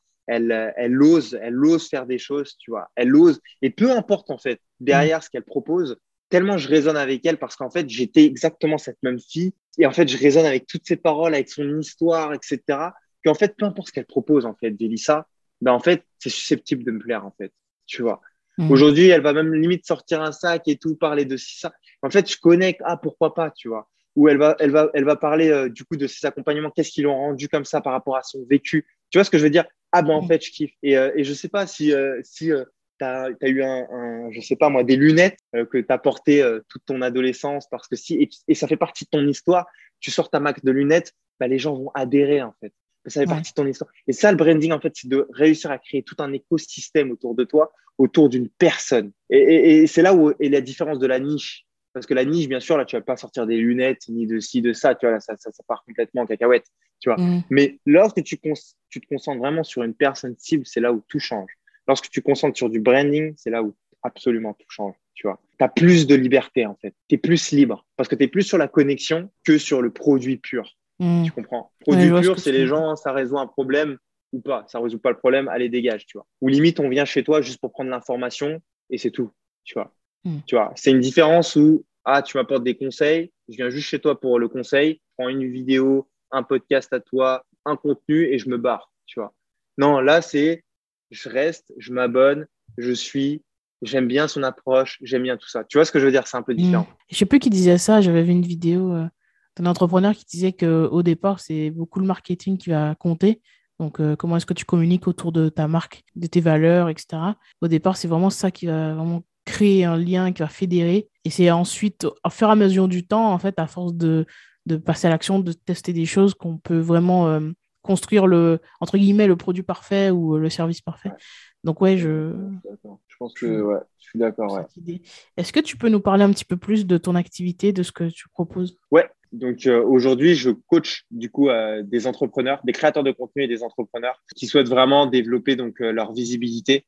[SPEAKER 2] elle ose faire des choses, tu vois. Elle ose. Et peu importe, en fait,
[SPEAKER 1] Mm.
[SPEAKER 2] derrière ce qu'elle propose, tellement je résonne avec elle parce qu'en fait, j'étais exactement cette même fille. Et en fait, je résonne avec toutes ses paroles, avec son histoire, etc. Qu'en fait, peu importe ce qu'elle propose, en fait, Jelissa, ben en fait, c'est susceptible de me plaire, en fait. Tu vois.
[SPEAKER 1] Mm.
[SPEAKER 2] Aujourd'hui, elle va même limite sortir un sac et tout, parler de ça. En fait, je connais, ah, pourquoi pas, tu vois. Ou elle va parler du coup de ses accompagnements, qu'est-ce qu'ils l'ont rendu comme ça par rapport à son vécu. Tu vois ce que je veux dire? Ah, ben en
[SPEAKER 1] Mm.
[SPEAKER 2] fait, je kiffe. Et je sais pas si tu as eu je sais pas moi, des lunettes que tu as portées toute ton adolescence, parce que et ça fait partie de ton histoire, tu sors ta marque de lunettes, bah, les gens vont adhérer, en fait. Ça fait
[SPEAKER 1] Ouais.
[SPEAKER 2] partie de ton histoire. Et ça, le branding, en fait, c'est de réussir à créer tout un écosystème autour de toi, autour d'une personne. Et c'est là où est la différence de la niche. Parce que la niche, bien sûr, là, tu vas pas sortir des lunettes, ni de ci, de ça, tu vois, là, ça part complètement en cacahuète, tu vois.
[SPEAKER 1] Mm.
[SPEAKER 2] Mais lorsque tu te concentres vraiment sur une personne cible, c'est là où tout change. Lorsque tu te concentres sur du branding, c'est là où absolument tout change, tu vois. Tu as plus de liberté, en fait. Tu es plus libre parce que tu es plus sur la connexion que sur le produit pur.
[SPEAKER 1] Mm.
[SPEAKER 2] Tu comprends?
[SPEAKER 1] Ouais, je
[SPEAKER 2] Produit
[SPEAKER 1] vois ce
[SPEAKER 2] pur,
[SPEAKER 1] que
[SPEAKER 2] c'est
[SPEAKER 1] tu veux
[SPEAKER 2] les
[SPEAKER 1] dire.
[SPEAKER 2] gens, ça résout un problème ou pas. Ça résout pas le problème, allez, dégage, tu vois. Ou limite, on vient chez toi juste pour prendre l'information et c'est tout, tu vois.
[SPEAKER 1] Mm.
[SPEAKER 2] Tu vois, c'est une différence où, ah, tu m'apportes des conseils, je viens juste chez toi pour le conseil, je prends une vidéo, un podcast à toi, un contenu et je me barre, tu vois. Non, là, c'est, je reste, je m'abonne, je suis, j'aime bien son approche, j'aime bien tout ça. Tu vois ce que je veux dire? C'est un peu
[SPEAKER 1] Mm.
[SPEAKER 2] différent.
[SPEAKER 1] Je sais plus qui disait ça, j'avais vu une vidéo d'un entrepreneur qui disait qu'au départ, c'est beaucoup le marketing qui va compter. Donc, comment est-ce que tu communiques autour de ta marque, de tes valeurs, etc. Au départ, c'est vraiment ça qui va vraiment créer un lien, qui va fédérer. Et c'est ensuite, au fur et à mesure du temps, en fait, à force de passer à l'action, de tester des choses, qu'on peut vraiment construire entre guillemets, le produit parfait ou le service parfait.
[SPEAKER 2] Ouais,
[SPEAKER 1] Donc, ouais,
[SPEAKER 2] exactement, je suis d'accord. Je pense
[SPEAKER 1] je,
[SPEAKER 2] que, ouais, je suis d'accord, ouais.
[SPEAKER 1] cette idée. Est-ce que tu peux nous parler un petit peu plus de ton activité, de ce que tu proposes?
[SPEAKER 2] Ouais, donc aujourd'hui, je coach du coup des entrepreneurs, des créateurs de contenu et des entrepreneurs qui souhaitent vraiment développer donc leur visibilité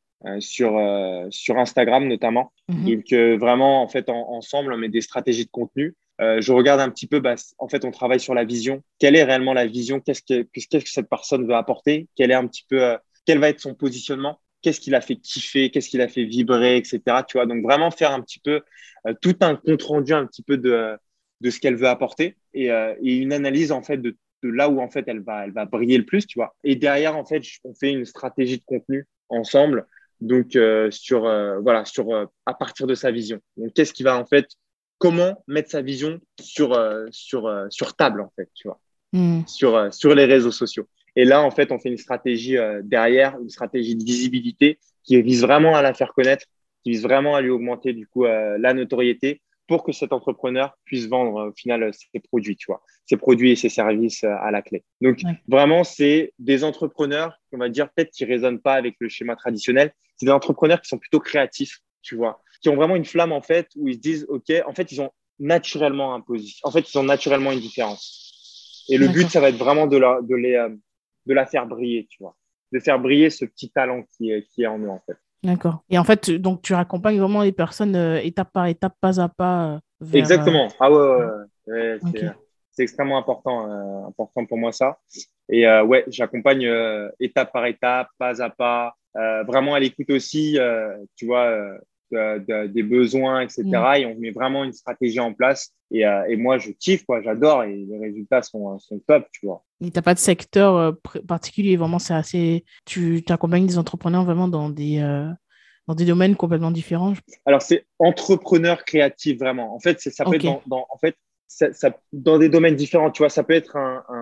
[SPEAKER 2] sur Instagram notamment.
[SPEAKER 1] Mhm.
[SPEAKER 2] Donc vraiment en fait ensemble on met des stratégies de contenu. Je regarde un petit peu, bah, en fait on travaille sur la vision. Quelle est réellement la vision? Qu'est-ce que cette personne veut apporter? Quel est un petit peu quel va être son positionnement? Qu'est-ce qui l'a fait kiffer? Qu'est-ce qui l'a fait vibrer, etc. Tu vois, donc vraiment faire un petit peu tout un compte rendu un petit peu de ce qu'elle veut apporter et une analyse en fait de là où en fait elle va briller le plus, tu vois. Et derrière en fait on fait une stratégie de contenu ensemble, donc voilà à partir de sa vision. Donc qu'est-ce qui va en fait comment mettre sa vision sur table en fait, tu vois,
[SPEAKER 1] Mm.
[SPEAKER 2] sur les réseaux sociaux. Et là en fait on fait une stratégie derrière, une stratégie de visibilité qui vise vraiment à la faire connaître, qui vise vraiment à lui augmenter du coup la notoriété pour que cet entrepreneur puisse vendre au final ses produits, tu vois, ses produits et ses services à la clé. Donc
[SPEAKER 1] Ouais.
[SPEAKER 2] vraiment, c'est des entrepreneurs, on va dire peut-être qui résonnent pas avec le schéma traditionnel. C'est des entrepreneurs qui sont plutôt créatifs, tu vois, qui ont vraiment une flamme en fait où ils se disent, ok, en fait ils ont naturellement un position, en fait ils ont naturellement une différence. Et le but,
[SPEAKER 1] D'accord.
[SPEAKER 2] ça va être vraiment de la faire briller, tu vois, de faire briller ce petit talent qui est en nous en fait.
[SPEAKER 1] D'accord. Et en fait, donc tu raccompagnes vraiment les personnes étape par étape, pas à pas, vers.
[SPEAKER 2] Exactement. Ah ouais, ouais, ouais. Ouais,
[SPEAKER 1] Ok.
[SPEAKER 2] c'est extrêmement important pour moi ça. Et ouais, j'accompagne étape par étape, pas à pas, vraiment à l'écoute aussi, tu vois, des besoins,
[SPEAKER 1] Mm.
[SPEAKER 2] etc. Et on met vraiment une stratégie en place. Et moi, je kiffe, quoi, j'adore et les résultats sont top, tu vois.
[SPEAKER 1] Et t'as pas de secteur particulier, vraiment, c'est assez. Tu accompagnes des entrepreneurs vraiment dans des domaines complètement différents.
[SPEAKER 2] Alors, c'est entrepreneur créatif, vraiment. En fait, ça peut être
[SPEAKER 1] Ok,
[SPEAKER 2] en fait, dans des domaines différents. Tu vois, ça peut être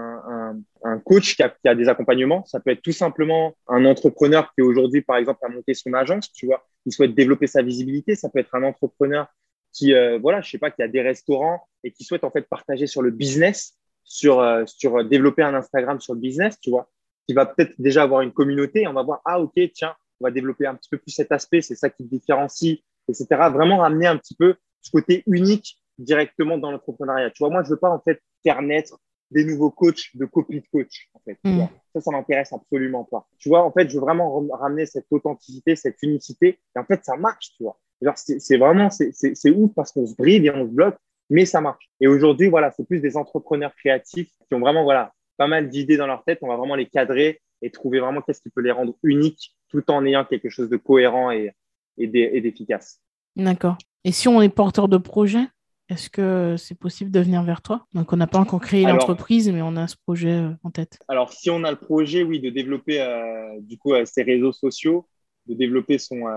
[SPEAKER 2] un coach qui a des accompagnements. Ça peut être tout simplement un entrepreneur qui aujourd'hui, par exemple, a monté son agence. Tu vois, il souhaite développer sa visibilité. Ça peut être un entrepreneur qui, voilà, je sais pas, qui a des restaurants et qui souhaite en fait partager sur le business, sur développer un Instagram sur le business. Tu vois, qui va peut-être déjà avoir une communauté. Et on va voir, ah ok, tiens, on va développer un petit peu plus cet aspect. C'est ça qui te différencie, etc. Vraiment ramener un petit peu ce côté unique directement dans l'entrepreneuriat. Tu vois, moi, je veux pas en fait faire naître des nouveaux coachs de copie de coach. En fait, tu
[SPEAKER 1] mm,
[SPEAKER 2] vois. Ça m'intéresse absolument pas. Tu vois, en fait, je veux vraiment ramener cette authenticité, cette unicité. Et en fait, ça marche, tu vois. Genre, c'est vraiment, c'est ouf parce qu'on se bride et on se bloque, mais ça marche. Et aujourd'hui, voilà, c'est plus des entrepreneurs créatifs qui ont vraiment, voilà, pas mal d'idées dans leur tête. On va vraiment les cadrer et trouver vraiment qu'est-ce qui peut les rendre uniques tout en ayant quelque chose de cohérent et d'efficace.
[SPEAKER 1] d'accord. Et si on est porteur de projet, est-ce que c'est possible de venir vers toi? Donc, on n'a pas encore créé
[SPEAKER 2] Alors,
[SPEAKER 1] l'entreprise, mais on a ce projet en tête.
[SPEAKER 2] Alors, si on a le projet, oui, de développer du coup ses réseaux sociaux, de développer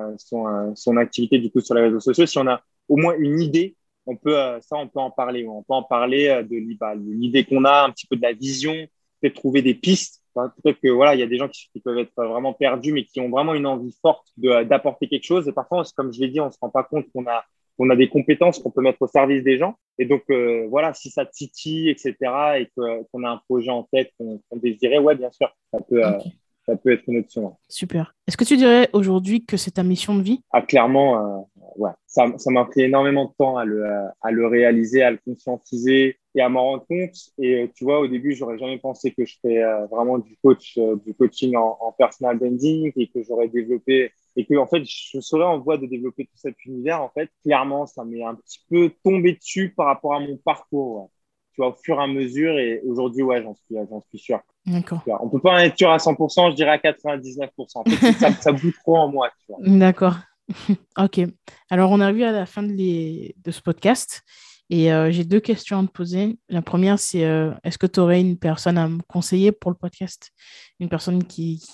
[SPEAKER 2] son activité du coup sur les réseaux sociaux, si on a au moins une idée, on peut en parler. On peut en parler de l'idée qu'on a, un petit peu de la vision, peut-être trouver des pistes. Enfin, peut-être que voilà, il y a des gens qui peuvent être vraiment perdus, mais qui ont vraiment une envie forte d'apporter quelque chose. Et parfois, comme je l'ai dit, on se rend pas compte qu'on a des compétences qu'on peut mettre au service des gens. Et donc, voilà, si ça titille, etc., et qu'on a un projet en tête qu'on désirait, ouais, bien sûr,
[SPEAKER 1] Ok,
[SPEAKER 2] ça peut être une option.
[SPEAKER 1] super. Est-ce que tu dirais aujourd'hui que c'est ta mission de vie?
[SPEAKER 2] Ah, clairement, ouais, ça m'a pris énormément de temps à le réaliser, à le conscientiser et à m'en rendre compte. Et tu vois, au début, j'aurais jamais pensé que je ferais vraiment du coaching en personal branding et que j'aurais développé et que en fait, je serais en voie de développer tout cet univers. En fait, clairement, ça m'est un petit peu tombé dessus par rapport à mon parcours. Ouais. Tu vois, au fur et à mesure. Et aujourd'hui, ouais, j'en suis sûr.
[SPEAKER 1] D'accord.
[SPEAKER 2] On peut pas en être sûr à 100%, je dirais à 99%. En fait, ça bout trop en moi, tu vois.
[SPEAKER 1] D'accord. Ok. Alors, on arrive à la fin de ce podcast et j'ai deux questions à te poser. La première, c'est est-ce que tu aurais une personne à me conseiller pour le podcast? Une personne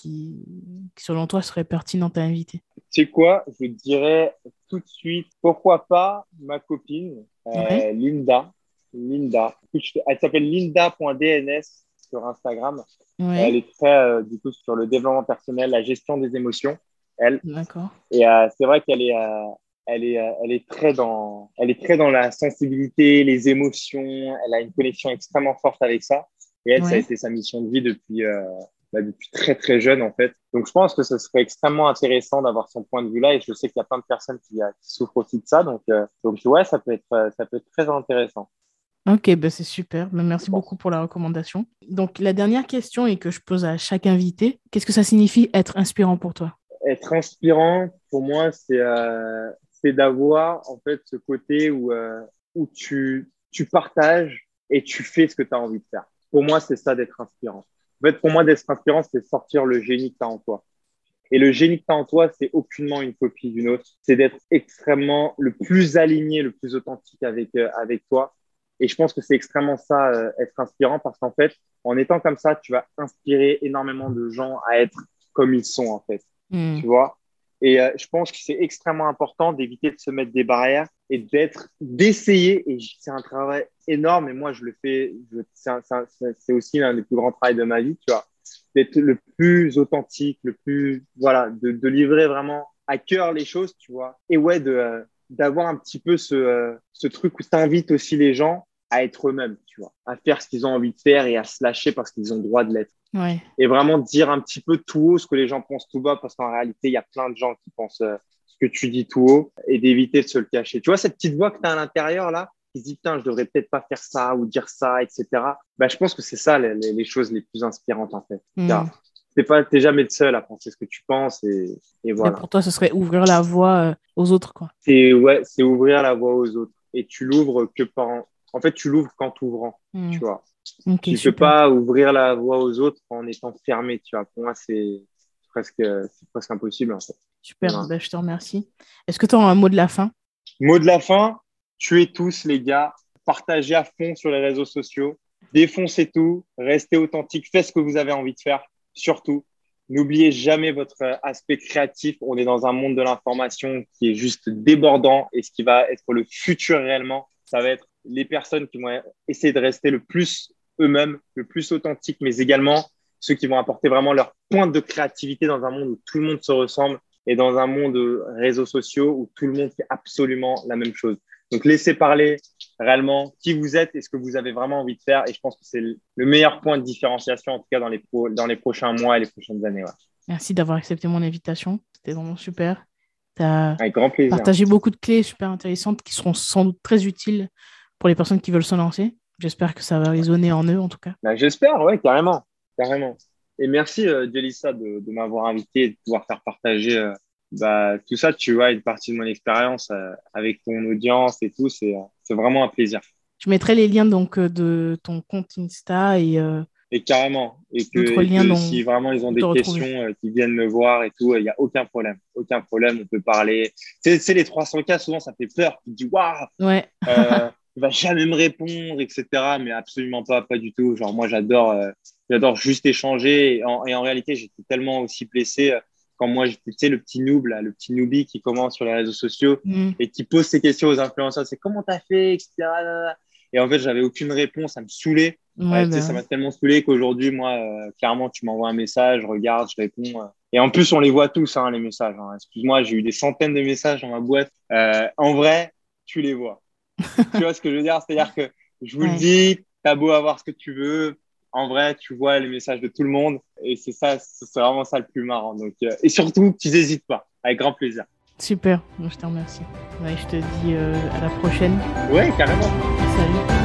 [SPEAKER 1] qui, selon toi, serait pertinente à inviter?
[SPEAKER 2] Tu sais quoi, je dirais tout de suite, pourquoi pas ma copine,
[SPEAKER 1] Ouais.
[SPEAKER 2] Linda. Linda. Elle s'appelle linda.dns sur Instagram. Elle
[SPEAKER 1] Ouais.
[SPEAKER 2] est très, du coup, sur le développement personnel, la gestion des émotions, elle.
[SPEAKER 1] D'accord.
[SPEAKER 2] Et c'est vrai qu'elle est très dans la sensibilité, les émotions. Elle a une connexion extrêmement forte avec ça. Et elle, ça a
[SPEAKER 1] Ouais.
[SPEAKER 2] été sa mission de vie depuis très, très jeune, en fait. Donc, je pense que ce serait extrêmement intéressant d'avoir son point de vue là. Et je sais qu'il y a plein de personnes qui souffrent aussi de ça. Donc ouais, ça peut être très intéressant,
[SPEAKER 1] Ok, ben c'est super. Ben,
[SPEAKER 2] je
[SPEAKER 1] merci beaucoup
[SPEAKER 2] pense.
[SPEAKER 1] pour la recommandation. Donc, la dernière question et que je pose à chaque invité, qu'est-ce que ça signifie être inspirant pour toi?
[SPEAKER 2] Être inspirant, pour moi, c'est d'avoir, en fait, ce côté où tu partages et tu fais ce que tu as envie de faire. Pour moi, c'est ça d'être inspirant. En fait, pour moi, d'être inspirant, c'est sortir le génie que tu as en toi. Et le génie que tu as en toi, c'est aucunement une copie d'une autre. C'est d'être extrêmement le plus aligné, le plus authentique avec toi. Et je pense que c'est extrêmement ça, être inspirant, parce qu'en fait, en étant comme ça, tu vas inspirer énormément de gens à être comme ils sont, en fait.
[SPEAKER 1] Hmm.
[SPEAKER 2] Tu vois? Et je pense que c'est extrêmement important d'éviter de se mettre des barrières et d'essayer. Et c'est un travail énorme. Et moi, je le fais. C'est aussi l'un des plus grands travaux de ma vie, tu vois, d'être le plus authentique, le plus, voilà, de livrer vraiment à cœur les choses, tu vois. Et ouais, d'avoir un petit peu ce truc où tu invites aussi les gens à être eux-mêmes, tu vois, à faire ce qu'ils ont envie de faire et à se lâcher parce qu'ils ont le droit de l'être.
[SPEAKER 1] Ouais.
[SPEAKER 2] Et vraiment dire un petit peu tout haut ce que les gens pensent tout bas, parce qu'en réalité, il y a plein de gens qui pensent ce que tu dis tout haut et d'éviter de se le cacher. Tu vois, cette petite voix que tu as à l'intérieur, là, qui se dit, putain, je devrais peut-être pas faire ça ou dire ça, etc. Bah, je pense que c'est ça les choses les plus inspirantes, en fait.
[SPEAKER 1] Hmm.
[SPEAKER 2] T'es jamais le seul à penser ce que tu penses et
[SPEAKER 1] Et
[SPEAKER 2] voilà.
[SPEAKER 1] pour toi, ce serait ouvrir la voie aux autres, quoi.
[SPEAKER 2] C'est ouvrir la voie aux autres et tu l'ouvres que en fait, tu l'ouvres qu'en t'ouvrant, tu vois.
[SPEAKER 1] Ok,
[SPEAKER 2] Tu ne peux
[SPEAKER 1] super.
[SPEAKER 2] pas ouvrir la voie aux autres en étant fermé, tu vois. Pour moi, c'est presque impossible, en fait.
[SPEAKER 1] Super,
[SPEAKER 2] Voilà.
[SPEAKER 1] ben, je te remercie. Est-ce que tu as un mot de la fin?
[SPEAKER 2] Mot de la fin, tuez tous, les gars. Partagez à fond sur les réseaux sociaux. Défoncez tout. Restez authentique. Faites ce que vous avez envie de faire. Surtout, n'oubliez jamais votre aspect créatif. On est dans un monde de l'information qui est juste débordant. Et ce qui va être le futur réellement, ça va être les personnes qui vont essayer de rester le plus eux-mêmes, le plus authentiques, mais également ceux qui vont apporter vraiment leur pointe de créativité dans un monde où tout le monde se ressemble et dans un monde de réseaux sociaux où tout le monde fait absolument la même chose. Donc, laissez parler réellement qui vous êtes et ce que vous avez vraiment envie de faire. Et je pense que c'est le meilleur point de différenciation, en tout cas dans les prochains mois et les prochaines années. Ouais.
[SPEAKER 1] Merci d'avoir accepté mon invitation. C'était vraiment super. Tu as
[SPEAKER 2] Avec grand plaisir.
[SPEAKER 1] partagé beaucoup de clés super intéressantes qui seront sans doute très utiles pour les personnes qui veulent se lancer. J'espère que ça va résonner en eux, en tout cas.
[SPEAKER 2] Ben, j'espère, ouais, carrément. Carrément. Et merci, Jelissa, de m'avoir invité et de pouvoir faire partager tout ça, tu vois, une partie de mon expérience avec ton audience et tout. C'est vraiment un plaisir.
[SPEAKER 1] Je mettrai les liens donc de ton compte Insta
[SPEAKER 2] Et carrément.
[SPEAKER 1] d'autres
[SPEAKER 2] Et
[SPEAKER 1] liens
[SPEAKER 2] que si vraiment ils ont
[SPEAKER 1] où te
[SPEAKER 2] des
[SPEAKER 1] retrouver.
[SPEAKER 2] questions, qu'ils viennent me voir et tout, il n'y a aucun problème. Aucun problème, on peut parler. C'est les 300 cas, souvent, ça fait peur. Tu te dis, waouh,
[SPEAKER 1] Ouais,
[SPEAKER 2] il va jamais me répondre, etc. Mais absolument pas, pas du tout. Genre, moi, j'adore juste échanger. Et en réalité, j'étais tellement aussi blessé quand moi, j'étais, tu sais, le petit noob, là, le petit newbie qui commence sur les réseaux sociaux et qui pose ses questions aux influenceurs. C'est comment t'as fait, etc. Et en fait, j'avais aucune réponse. Ça me saoulait.
[SPEAKER 1] ouais,
[SPEAKER 2] Tu sais,
[SPEAKER 1] bah,
[SPEAKER 2] ça m'a tellement saoulé qu'aujourd'hui, moi, clairement, tu m'envoies un message, je regarde, je réponds. Et en plus, on les voit tous, hein, les messages. Hein. Excuse-moi, j'ai eu des centaines de messages dans ma boîte. En vrai, tu les vois. Tu vois ce que je veux dire? C'est-à-dire que je vous le
[SPEAKER 1] ouais.
[SPEAKER 2] dis, t'as beau avoir ce que tu veux. En vrai, tu vois les messages de tout le monde. Et c'est ça, c'est vraiment ça le plus marrant. Donc, et surtout, tu n'hésites pas. Avec grand plaisir.
[SPEAKER 1] Super, je te remercie. Ouais, je te dis à la prochaine.
[SPEAKER 2] Ouais, carrément.
[SPEAKER 1] Salut.